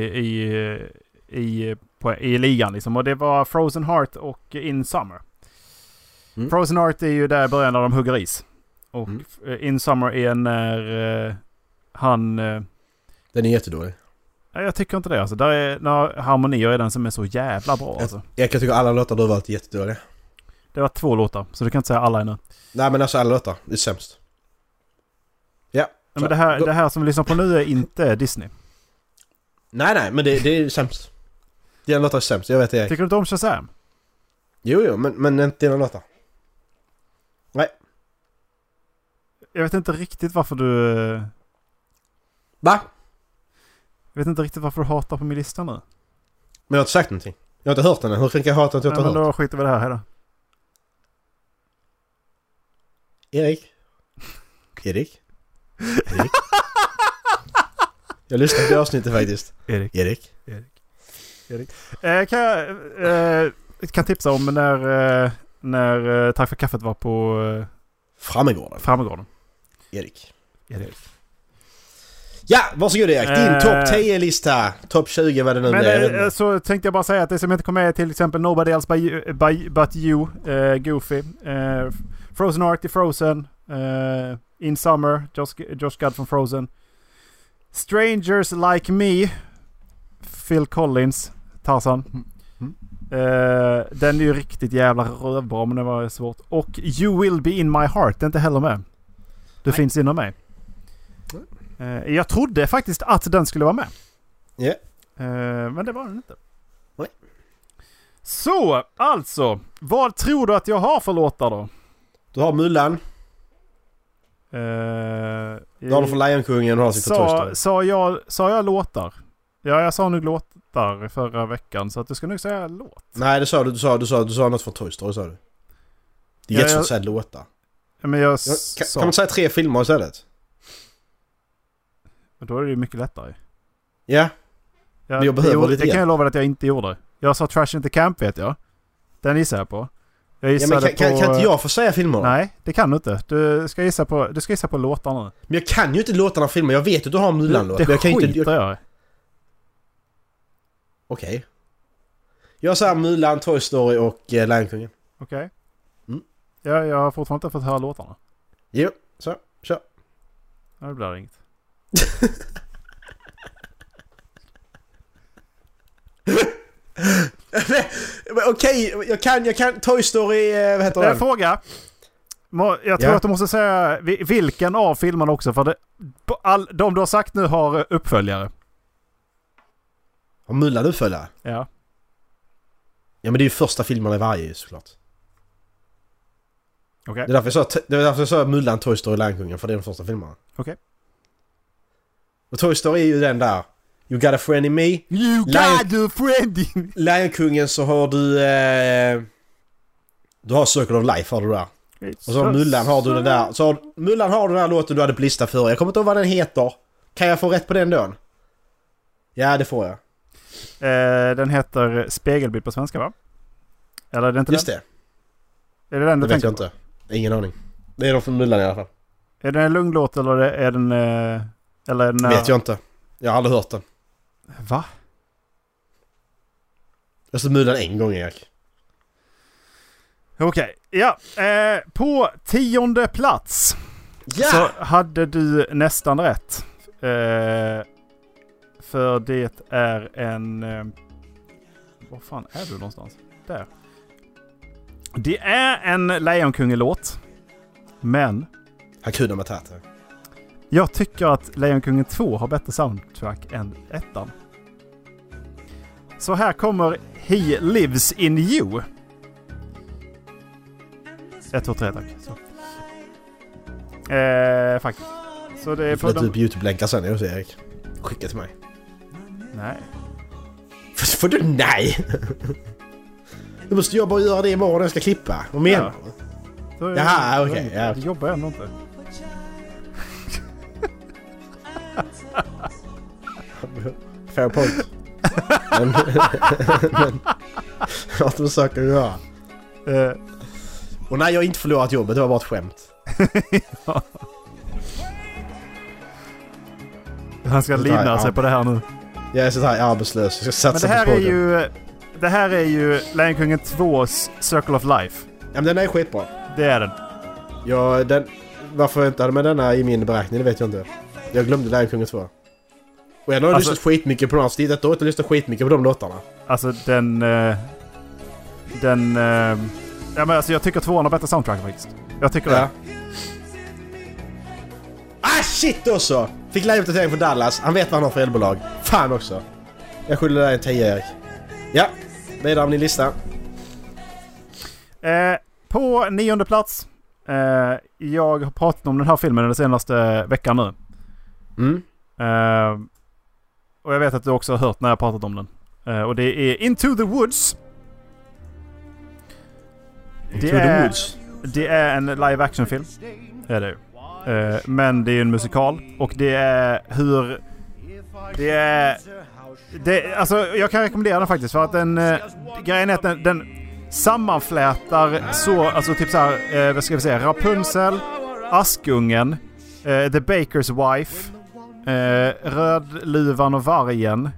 i ligan liksom. Och det var Frozen Heart och In Summer. Frozen Heart är ju där i början när de hugger is. Och In Summer är när han... Den är jättedålig. Nej, jag tycker inte det. Alltså. Där är några harmonier i den som är så jävla bra. Alltså. Jag kan tycka alla låtar du har varit jättedåliga. Det var 2 låtar, så du kan inte säga alla ännu. Nej, men alltså alla låtar. Det är sämst. Ja. Men det här som vi lyssnar på nu är inte Disney. Nej, men det är sämst. Dina låtar är sämst, jag vet det. Tycker du inte om Shazam? Jo, men inte dina låtar. Nej. Jag vet inte riktigt varför du... Va? Jag vet inte riktigt varför du hatar på min lista nu. Men jag har inte sagt någonting. Jag har inte hört den. Hur kan jag hata att jag inte har hört? Men då skiter vi det här då. Erik? Jag lyssnar på avsnittet faktiskt. Erik. Kan tipsa om när Tack för kaffet var på Frammegården. Erik. Ja, varsågod Erik. Din topp 10-lista. Topp 20 var det nu. Men så tänkte jag bara säga att det som inte kom med är till exempel Nobody Else But You, Goofy, Frozen Heart i Frozen, In Summer, Josh Gad från Frozen, Strangers Like Me, Phil Collins, Tarzan. Den är ju riktigt jävla rövbra, men det var svårt. Och You Will Be In My Heart, det är inte heller med. Det finns inom mig. Jag trodde faktiskt att den skulle vara med. Ja. Men det var den inte. Nej. Så, alltså. Vad tror du att jag har för låtar då? Du har Mulan. Du har från Lejonkungen och har sitt Toy Story. Sa jag låtar? Ja, jag sa nog låtar förra veckan, så att du ska nog säga låt. Nej, det sa du. Du sa något från Toy Story, sa du. Det är jättesvårt att säga låtar. Men kan man säga 3 filmer istället? Men då är det ju mycket lättare. Ja. Men jag behöver lite hjälp. Det kan jag lova att jag inte gjorde. Jag sa Trash in the Camp, vet jag. Den gissar jag på. Men kan inte jag få säga filmer då? Nej, det kan du inte. Du ska gissa på låtarna. Men jag kan ju inte låtarna av filmer. Jag vet att du har en Mulan-låt. Det skiter jag. Okej. Jag säger Mulan, Toy Story och Lejonkungen. Okej. Jag har fortfarande inte fått höra låtarna. Jo, så. Kör. Ja, det blir inget. Okej, jag kan Toy Story, vad heter den? Fråga. Jag tror att du måste säga vilken av filmerna också, för de du har sagt nu har uppföljare. Har Mulan uppföljare? Ja. Ja, men det är ju första filmerna i varje, såklart. Okay. Det är därför jag sa Mulan, Toy Story, Lejonkungen, för det är de första filmerna. Okej. Och Toy Story är ju den där You got a friend in me. You got a friend in me. Lejonkungen så har du har Circle of Life har du där. Och så Mulan har du den där. Så Mulan har den där låten du hade på lista för. Jag kommer inte ihåg vad den heter. Kan jag få rätt på den då? Ja, det får jag. Den heter Spegelbild på svenska, va? Eller är det inte just den? Det. Är det den du vet jag på? inte. Ingen aning. Det är de från Mulan i alla fall. Är det en lugn låt eller är den... Vet jag inte. Jag har aldrig hört den. Va? Jag såg Mulan en gång, Erik. Okej. Ja. På 10:e plats så hade du nästan rätt. För det är en... Var fan är du någonstans? Där. Det är en Lejonkungen-låt. Men... Hakuna Matata. Jag tycker att Lejonkungen 2 har bättre soundtrack än 1:an. Så här kommer He Lives in You. 1, 2, 3 tack. Så. Faktiskt. Så det är för typ YouTube-länkar sen hos Erik. Skicka till mig. Nej. Får du nej? Du måste jag bara göra det imorgon när jag ska klippa. Vad menar du? Jaha, okej. Det jobbar ändå inte. Fair point. Men jag försöker göra. Och nej, jag har inte förlorat jobbet. Det var bara ett skämt. Ja. Han ska livnära sig på det här nu. Jag är så här arbetslös. Jag ska satsa. Men det här är ju Lejonkungen 2s Circle of Life. Ja, men den är skitbra. Det är den. Ja, varför jag inte hade med denna i min beräkning, det vet jag inte. Jag glömde Lejonkungen 2. Och jag har lyssnat skitmycket på den här stilet. Jag har inte lyssnat skitmycket på de låtarna. Alltså ja, men alltså jag tycker 2 har bättre soundtrack faktiskt. Jag tycker det. Ah shit också! Fick live-uppdatering från Dallas. Han vet vad han har för elbolag. Fan också. Jag skyller dig en 10, Erik. Ja, vidare av din lista. På 9:e plats. Jag har pratat om den här filmen den senaste veckan nu. Och jag vet att du också har hört när jag pratat om den. Och det är Into the Woods. Det är en live action film. Är det. Men det är en musikal. Och det är hur... alltså jag kan rekommendera den faktiskt. För att grejen är att den sammanflätar så... Alltså typ så här... vad ska vi säga? Rapunzel, Askungen, The Baker's Wife, Rödluvan och vargen.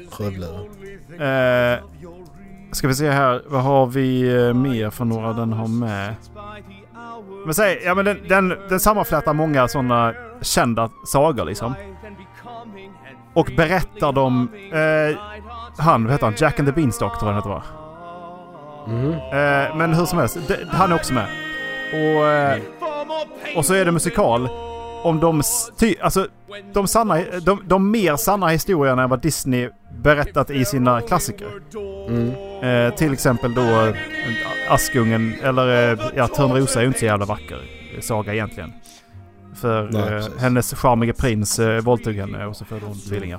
Ska vi se här. Vad har vi mer för några den har med? Men säg, ja men den sammanflätar många sådana kända sagor liksom. Och berättar dem vad heter han? Jack and the Beanstalk tror jag det var. Men hur som helst, han är också med. Och så är det musikal om de mer sanna historierna än vad Disney berättat i sina klassiker. Till exempel då Askungen eller Törnrosa är ju inte så jävla vacker saga egentligen. För hennes charmiga prins våldtog henne och så födde hon tvillingar.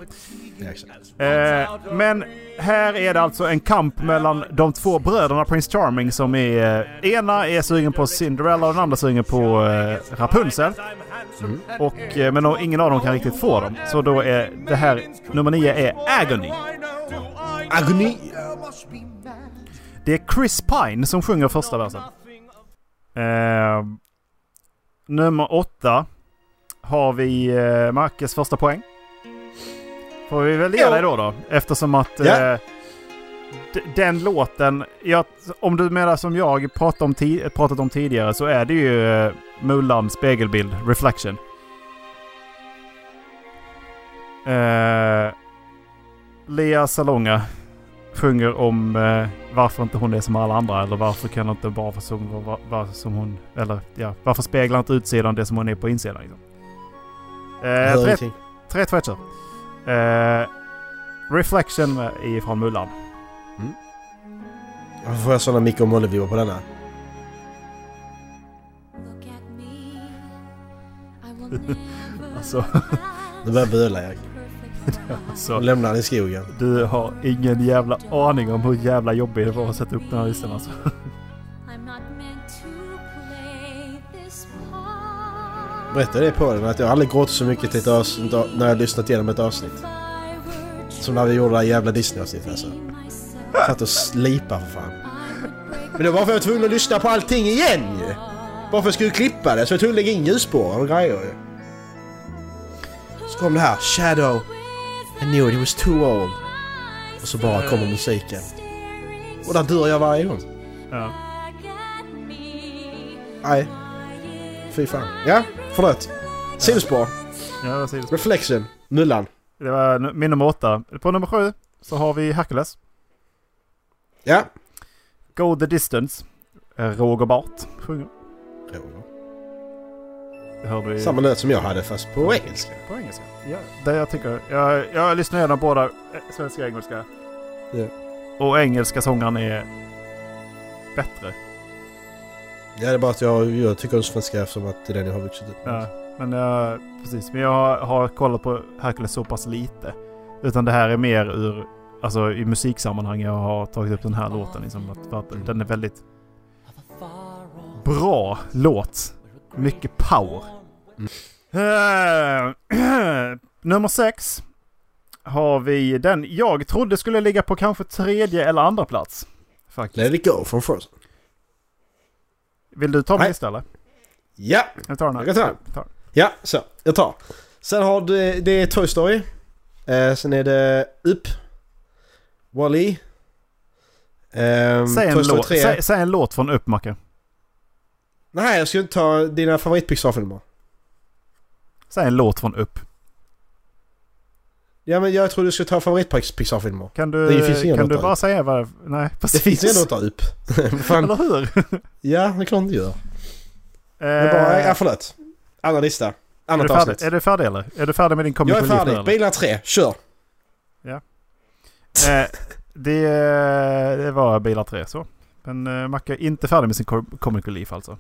Men här är det alltså en kamp mellan de två bröderna Prince Charming som är... ena är sugen på Cinderella och den andra sugen på Rapunzel. Men ingen av dem kan riktigt få dem. Så då är det här, nummer 9 är Agony. Agony? Det är Chris Pine som sjunger första versen. Nummer 8 har vi Marcus första poäng. Får vi väl ge dig då? Eftersom att den låten... om du menar som jag pratat om tidigare så är det ju Mulan spegelbild, Reflection. Lea Salonga sjunger om varför inte hon är som alla andra, eller varför kan hon inte bara vara som hon, eller varför speglar inte utsidan det som hon är på insidan liksom. 3-2-1. Reflection är från Mulan. Varför får jag sådana Mick och Molly på denna? Alltså det börjar böla jag. Alltså, lämnar han i skogen. Du har ingen jävla aning om hur jävla jobbigt det var att sätta upp den här listan alltså. Berätta det på den att jag aldrig gråtit så mycket till när jag lyssnat igenom ett avsnitt. Som när vi gjorde det här jävla Disney-avsnitt alltså. Satt och slipa för fan. Men det var för att jag var tvungen att lyssna på allting igen ju. Bara för att jag skulle klippa det så jag tog lägga in ljusspår och grejer ju. Så kom det här Shadow. I knew it was too old. Och så bara kommer musiken. Och där dör jag varje gång. Ja. Nej. Fy fan. Ja, förlåt. Sidospår. Ja, sidospår. Reflection. Mullan. Det var min nummer 8. På nummer 7 så har vi Hercules. Ja. Go the distance. Roger Bart sjunger. Det hörde vi. Samma låt som jag hade fast på engelska. På engelska. Ja, det jag tycker. Jag lyssnar gärna båda svenska och engelska. Ja. Och engelska sångaren är bättre. Ja, det är bara att jag tycker om svenska eftersom att det är den jag har vuxit upp med. Ja, men precis. Men jag har kollat på Hercules så pass lite. Utan det här är mer alltså i musiksammanhang jag har tagit upp den här låten. Liksom, för att den är väldigt bra låt. Mycket power. Nummer 6 har vi den jag trodde skulle ligga på kanske 3:e eller 2:a plats. Faktiskt. Let it go från Frozen. Vill du ta min lista eller? Ja, jag tar den här. Jag tar den. Ja, så. Jag tar. Sen har det är Toy Story. Sen är det Upp. Wall-E. Säg en låt från Upp, Macke. Nej, jag ska inte ta dina favorit-Pixar-filmer. Säg en låt från Upp. Ja, men jag tror du ska ta favorit-Pixar-filmer. Kan du bara säga vad... Nej, precis. Det finns ju ändå att ta upp. Eller hur? Ja, det är klart du gör. Det är bara... förlåt. Andra lista. Annat avsnitt. Är du färdig eller? Är du färdig med din Comic Relief? Jag är färdig. Bilar 3. Kör. Ja. Det var Bilar 3 så. Men Macke är inte färdig med sin Comic Relief alltså.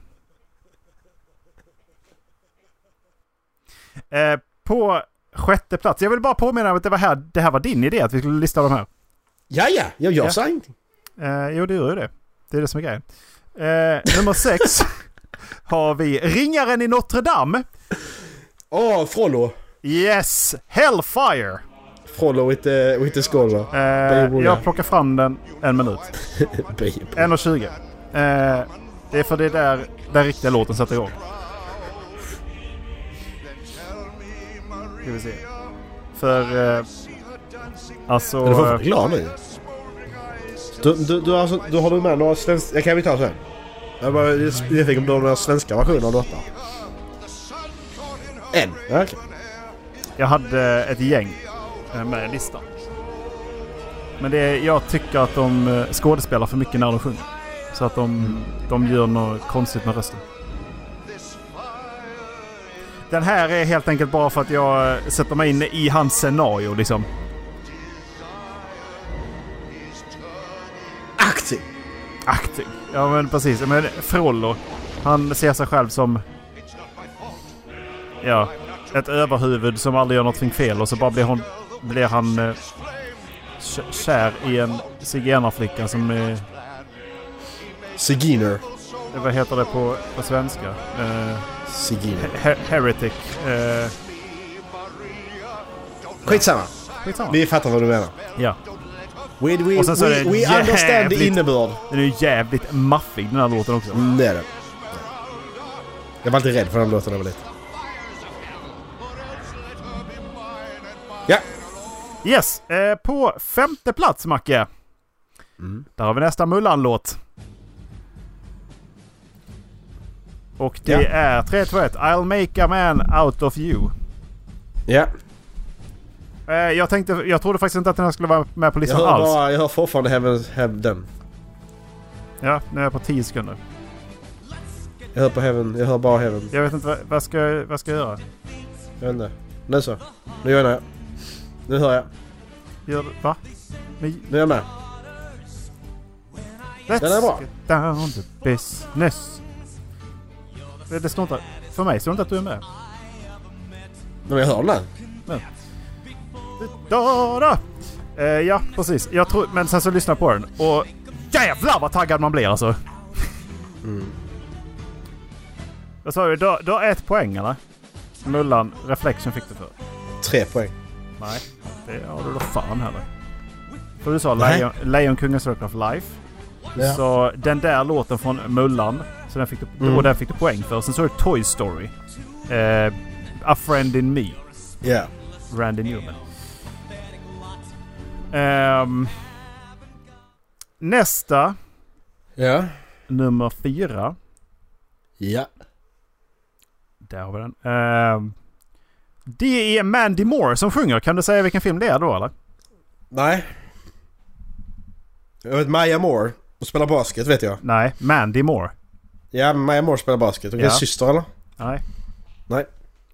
På 6:e plats. Jag vill bara påminna om att det här var din idé att vi skulle lista de här. Ja. Jag sa ingenting. Jo, det gör ju det. Det är det som är grejen. Nummer 6 har vi Ringaren i Notre Dame. Frollo. Yes, Hellfire. Frollo with the scholar. Jag plockar fram den 1 minut. 1:20. Det är för det där den riktiga låten sätter igång. Ska vi se. För alltså... Är du för glad nu? Du har du med några svenska... Jag kan vi ta sen. Jag fick om du har några svenska versioner av detta. En? Ja, okay. Jag hade ett gäng med listan. Men jag tycker att de skådespelar för mycket när de sjunger. Så att de gör något konstigt med rösten. Den här är helt enkelt bara för att jag sätter mig in i hans scenario liksom. Acting. Ja men precis. Men Frollo, han ser sig själv som ett överhuvud som aldrig gör någonting fel och så bara blir han kär i en zigenarflicka som är... Ziginer. Vad heter det på svenska? Ziginer. Heretic. Skitsamma. Vi fattar vad du menar. Ja. We understand the innebörd. Den är ju jävligt maffig den här låten också. Det är det. Jag var alltid rädd för den låten över lite. Ja. Yes. På 5:e plats, Macke. Där har vi nästa Mullan-låt. Och det är 3-2-1. I'll make a man out of you. Ja. Jag trodde faktiskt inte att den här skulle vara med på listan alls. Jag hör fortfarande Heaven den. Ja, nu är jag på 10 sekunder. Jag hör på Heaven. Jag hör bara Heaven. Jag vet inte vad ska jag göra. Jag vet inte. Nu så. Nu gör jag. Nu hör jag. Va? Nu är jag med. Let's den är bra. Get down to business. Det står inte... För mig står det inte att du är med. Men jag hör den. Ja, precis. Men sen så lyssnar jag på den. Och jävlar vad taggad man blir alltså. Vad sa du? Du har 1 poäng eller? Mullan, Reflection fick du för. 3 poäng. Nej, det har du då fan heller. För du sa Lejonkungen Circle of Life. Ja. Så den där låten från Mullan. Så den fick du, och den fick du poäng för. Sen så är det Toy Story. A Friend in Me. Ja. Yeah. Randy Newman. Nästa. Ja. Nummer 4. Ja. Där har vi den. Det är Mandy Moore som sjunger. Kan du säga vilken film det är då, eller? Nej. Jag vet Maya Moore och spelar basket, vet jag. Nej, Mandy Moore. Ja, Maya Moore spelar basket. Hon är syster, eller? Nej. Nej.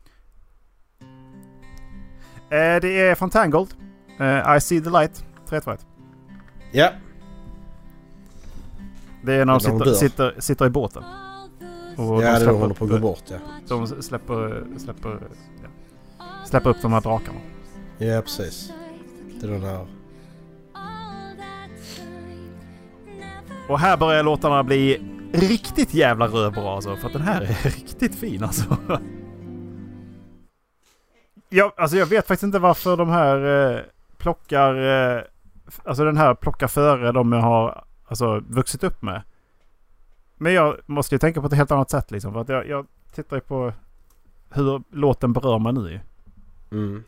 Det är från Tangled. I see the light. 3-2-1. Ja. Det är när de sitter i båten. Och ja, de håller på att gå bort, ja. De släpper upp de här drakarna. Ja, precis. Det är den här. Och här börjar låtarna bli riktigt jävla rövbra alltså. För att den här är riktigt fin alltså. Jag vet faktiskt inte varför de här plockar... alltså den här plockar före de jag har vuxit upp med. Men jag måste ju tänka på ett helt annat sätt liksom. För att jag tittar ju på hur låten berör mig nu. Mm.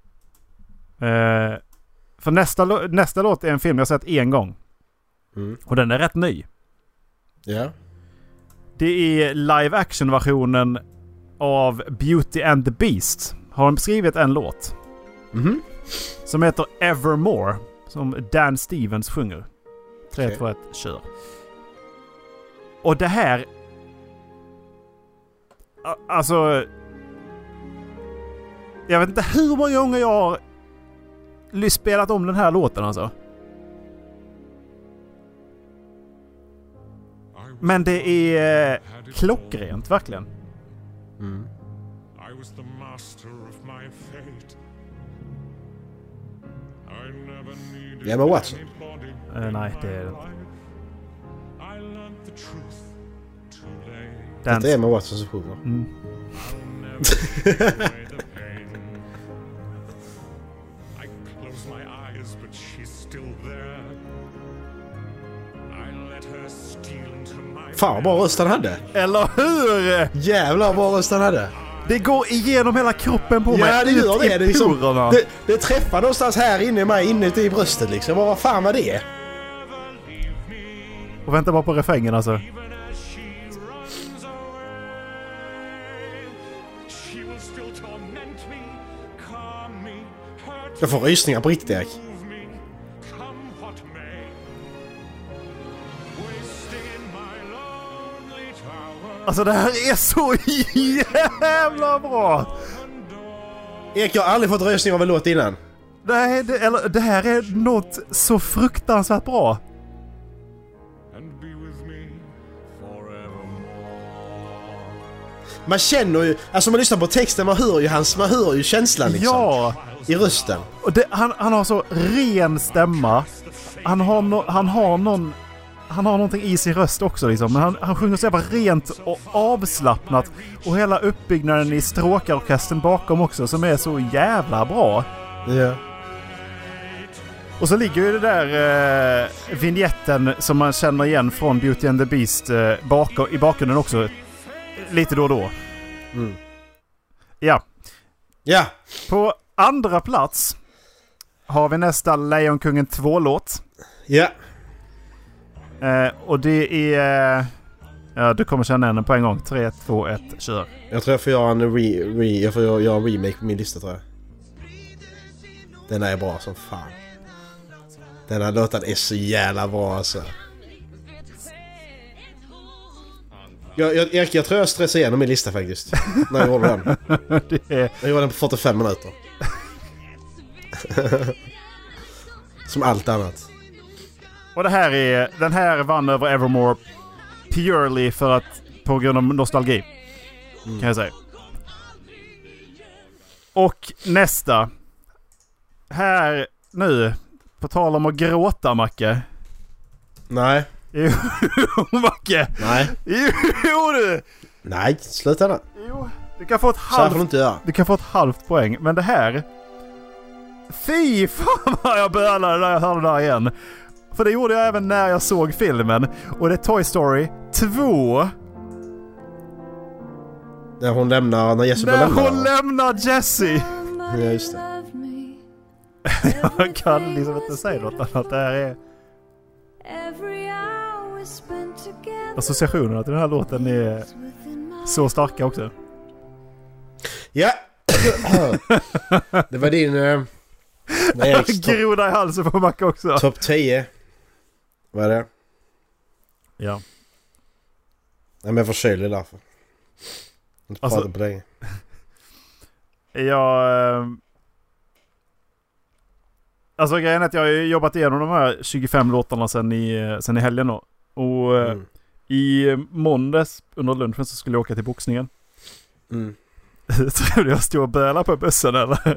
För nästa låt är en film jag sett en gång. Mm. Och den är rätt ny. Ja. Det är live action-versionen av Beauty and the Beast. Har de skrivit en låt. Mhm. Som heter Evermore. Som Dan Stevens sjunger. 3-2-1, kör. Och det här... Alltså... Jag vet inte hur många gånger jag har spelat om den här låten alltså. Men det är klockrent, verkligen. Mm. Ja, men Watson. Nej, det är det inte. Det är med Watson som sjunger. Mm. Fan vad bra röst han hade. Eller hur? Jävlar bra röst han hade. Det går igenom hela kroppen på mig. Ja, det gör det. Det, liksom, det träffar någonstans här inne i mig, inuti bröstet liksom. Vad fan var det? Och vänta bara på refrängen alltså. Jag får rysningar på riktigt, Erik. Alltså det här är så jävla bra. Erik, jag har aldrig fått rysningar av en låt innan. Det här är något så fruktansvärt bra. Man känner ju, alltså man lyssnar på texten, man hör ju känslan liksom. Ja. I rösten. Och han har så ren stämma. Han har någonting i sin röst också liksom. Men han sjunger så jävla rent och avslappnat. Och hela uppbyggnaden i stråkarorkestern bakom också som är så jävla bra. Ja. Och så ligger ju det där vignetten som man känner igen från Beauty and the Beast i bakgrunden också. Lite då och då. Mm. Ja. Ja. På andra plats har vi nästa Lejonkungen 2-låt. Ja. Och det är... ja, du kommer känna den på en gång. 3, 2, 1, kör. Jag tror jag får göra en remake på min lista, tror jag. Den är bra som fan. Den här låten är så jävla bra alltså. Jag tror jag stressade igenom min lista faktiskt. När jag gjorde den. Jag gjorde den på 45 minuter. Som allt annat. Och den här vann över Evermore purely för att på grund av nostalgi. Kan jag säga. Och nästa. Här nu. På tal om att gråta, Macke. Nej. Jo, Macke. Nej. Jo, du. Nej, sluta nu. Jo, du kan få ett halvt poäng. Men det här... Fy fan vad jag bölade när jag hörde det där igen. För det gjorde jag även när jag såg filmen. Och det är Toy Story 2. När Jessie lämnar Jessie. Ja, just det. Jag kan liksom inte säga något annat. Det här är... Associationerna till den här låten är så starka också. Ja. Det var din... Groda i halsen på Macke också. Topp 10. Vad är det? Ja. Nej, men jag får kyl därför. Inte Alltså, prata på länge. Alltså grejen är att jag har jobbat igenom de här 25 låtarna sen i helgen då. Och i måndags under lunchen så skulle jag åka till boxningen. Tror du jag stod och bölade på bussen eller?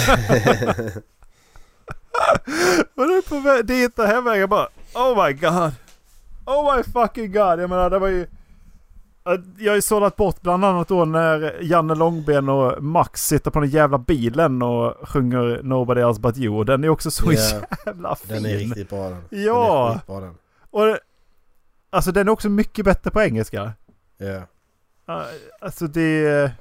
Och det är på väg dit och hemvägen bara oh my god. Oh my fucking god. Jag menar det var ju... Jag har ju sållat bort bland annat då när Janne Långben och Max sitter på den jävla bilen och sjunger Nobody Else But You. Och den är också så jävla fin. Den är riktigt bra den. Ja. Den är bra, den. Och alltså den är också mycket bättre på engelska. Ja. Alltså det...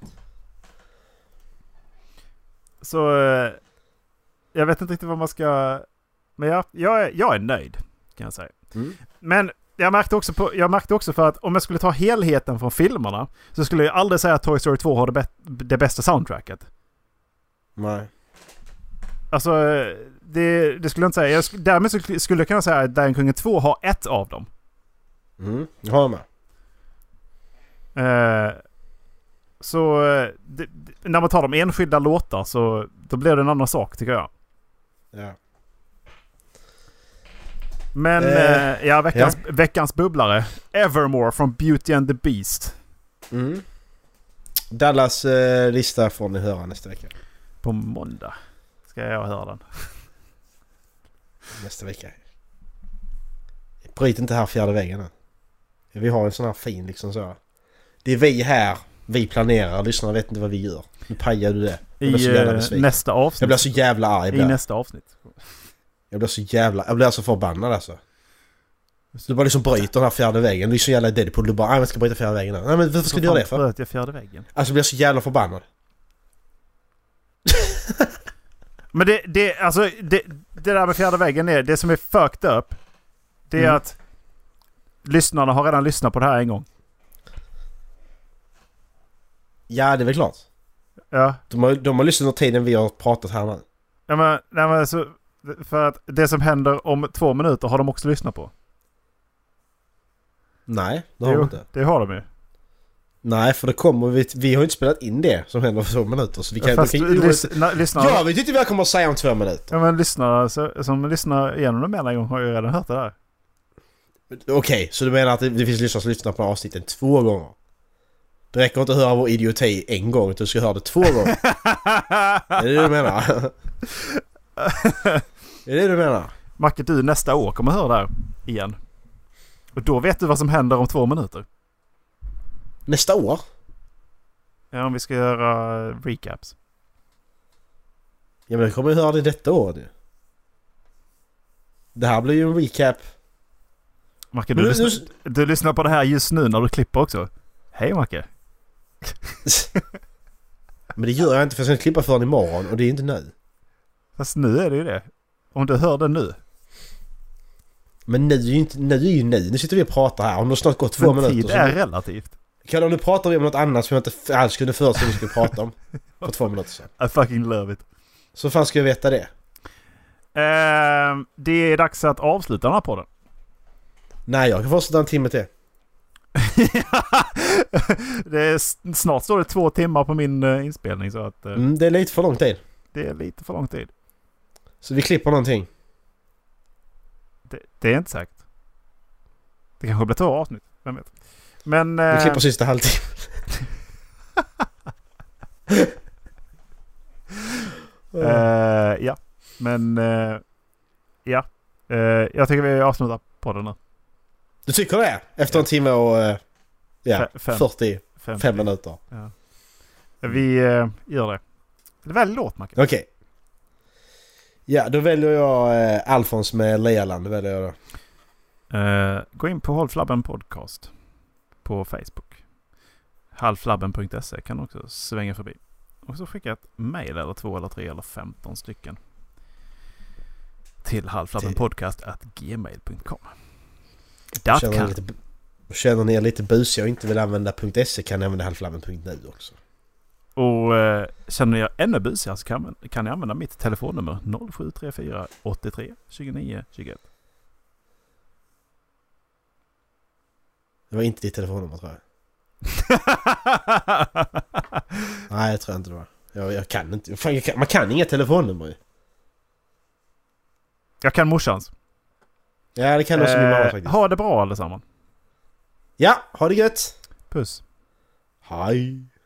Så... Jag vet inte riktigt vad man ska... Men jag är nöjd kan jag säga. Men jag märkte också för att om jag skulle ta helheten från filmerna så skulle jag aldrig säga att Toy Story 2 har det bästa soundtracket. Nej. Alltså det skulle jag inte säga. Därmed skulle jag kunna säga att Lejonkungen 2 har ett av dem. Jag har med. Så när man tar de enskilda låtar så då blir det en annan sak tycker jag. Ja. Men veckans bubblare Evermore från Beauty and the Beast. Dallas lista får ni höra nästa vecka. På måndag ska jag höra den. Nästa vecka. Bryt inte här fjärde väggen än. Vi har en sån här fin liksom så. Det är vi här. Vi planerar. Lyssnarna vet inte vad vi gör. Nu pajar du det. I nästa avsnitt. Jag blir så jävla arg. I nästa avsnitt. Jag blir så förbannad alltså. Du bara liksom bryter den här fjärde väggen. Du är så jävla Deadpool. Du bara, jag ska bryta fjärde väggen. Nej men varför ska du göra det för? Bröt jag fjärde väggen? Alltså jag blir så jävla förbannad. Men det där med fjärde väggen är det som är fucked up. Det är att lyssnarna har redan lyssnat på det här en gång. Ja, det är väl klart. Ja. De har lyssnat under tiden vi har pratat här nu. Ja, men så, för att det som händer om 2 minuter har de också lyssnat på. Nej, det har de inte. Det har de ju. Nej, för det kommer vi har inte spelat in det som händer om 2 minuter. Så vi kan, lyssnarna... Jag vet inte vad jag kommer att säga om 2 minuter. Ja, men lyssnarna som lyssnar igenom det en gång har ju redan hört det där. Okej, så du menar att det finns lyssnare som lyssnar på avsnitten 2 gånger? Det räcker inte att höra vår idioti en gång, utan du ska höra det 2 gånger. Är det du menar? Är det du menar? Macke, du nästa år kommer höra där igen. Och då vet du vad som händer om 2 minuter. Nästa år? Ja, om vi ska göra recaps. Ja, men jag kommer höra det detta år nu. Det här blir ju en recap. Macke, du lyssnar på det här just nu när du klipper också. Hej Macke. Men det gör jag inte för jag ska klippa förrän imorgon och det är inte nu. Fast nu är det ju det. Om du hör det nu. Men nu är ju inte nu. Nu sitter vi och pratar här. Om det har snart gått 2 minuter. Tid är relativt. Kan nu pratar vi om något annat som jag inte alls kunde förutse vi skulle prata om för 2 minuter sedan. I fucking love it. Så fan ska jag veta det? Det är dags att avsluta den här podden. Nej, jag kan fortsätta en timme till. Snart står det 2 timmar på min inspelning så att det är lite för lång tid. Det är lite för lång tid. Så vi klipper någonting. Det är inte säkert. Det kanske blir 2 avsnitt. Vem vet. Men vi klipper sista halvtimmen. Ja. Men ja. Jag tycker vi avslutar på den nu. Du tycker det? Efter en timme och 45 minuter. Ja. Vi gör det. Det är väldigt låt, Macke. Okej. Ja, då väljer jag Alfons med Lealand. Då väljer jag då. Gå in på Håll Flabben Podcast på Facebook. Halvflabben.se kan också svänga förbi. Och så skicka ett mejl eller 2 eller 3 eller 15 stycken till halvflabbenpodcast@gmail.com. Känner ni er lite busiga och inte vill använda .se kan ni använda halvflabben.nu också. Och känner jag ännu busigare så kan jag använda mitt telefonnummer 0734 83 29 21. Det var inte ditt telefonnummer, tror jag. Nej, jag tror inte det var. Jag kan inte. Fan, man kan inga telefonnummer. Jag kan morsans. Ja, det kan också min mamma faktiskt. Ha det bra allesammans. Ja, ha det gött. Puss. Hej.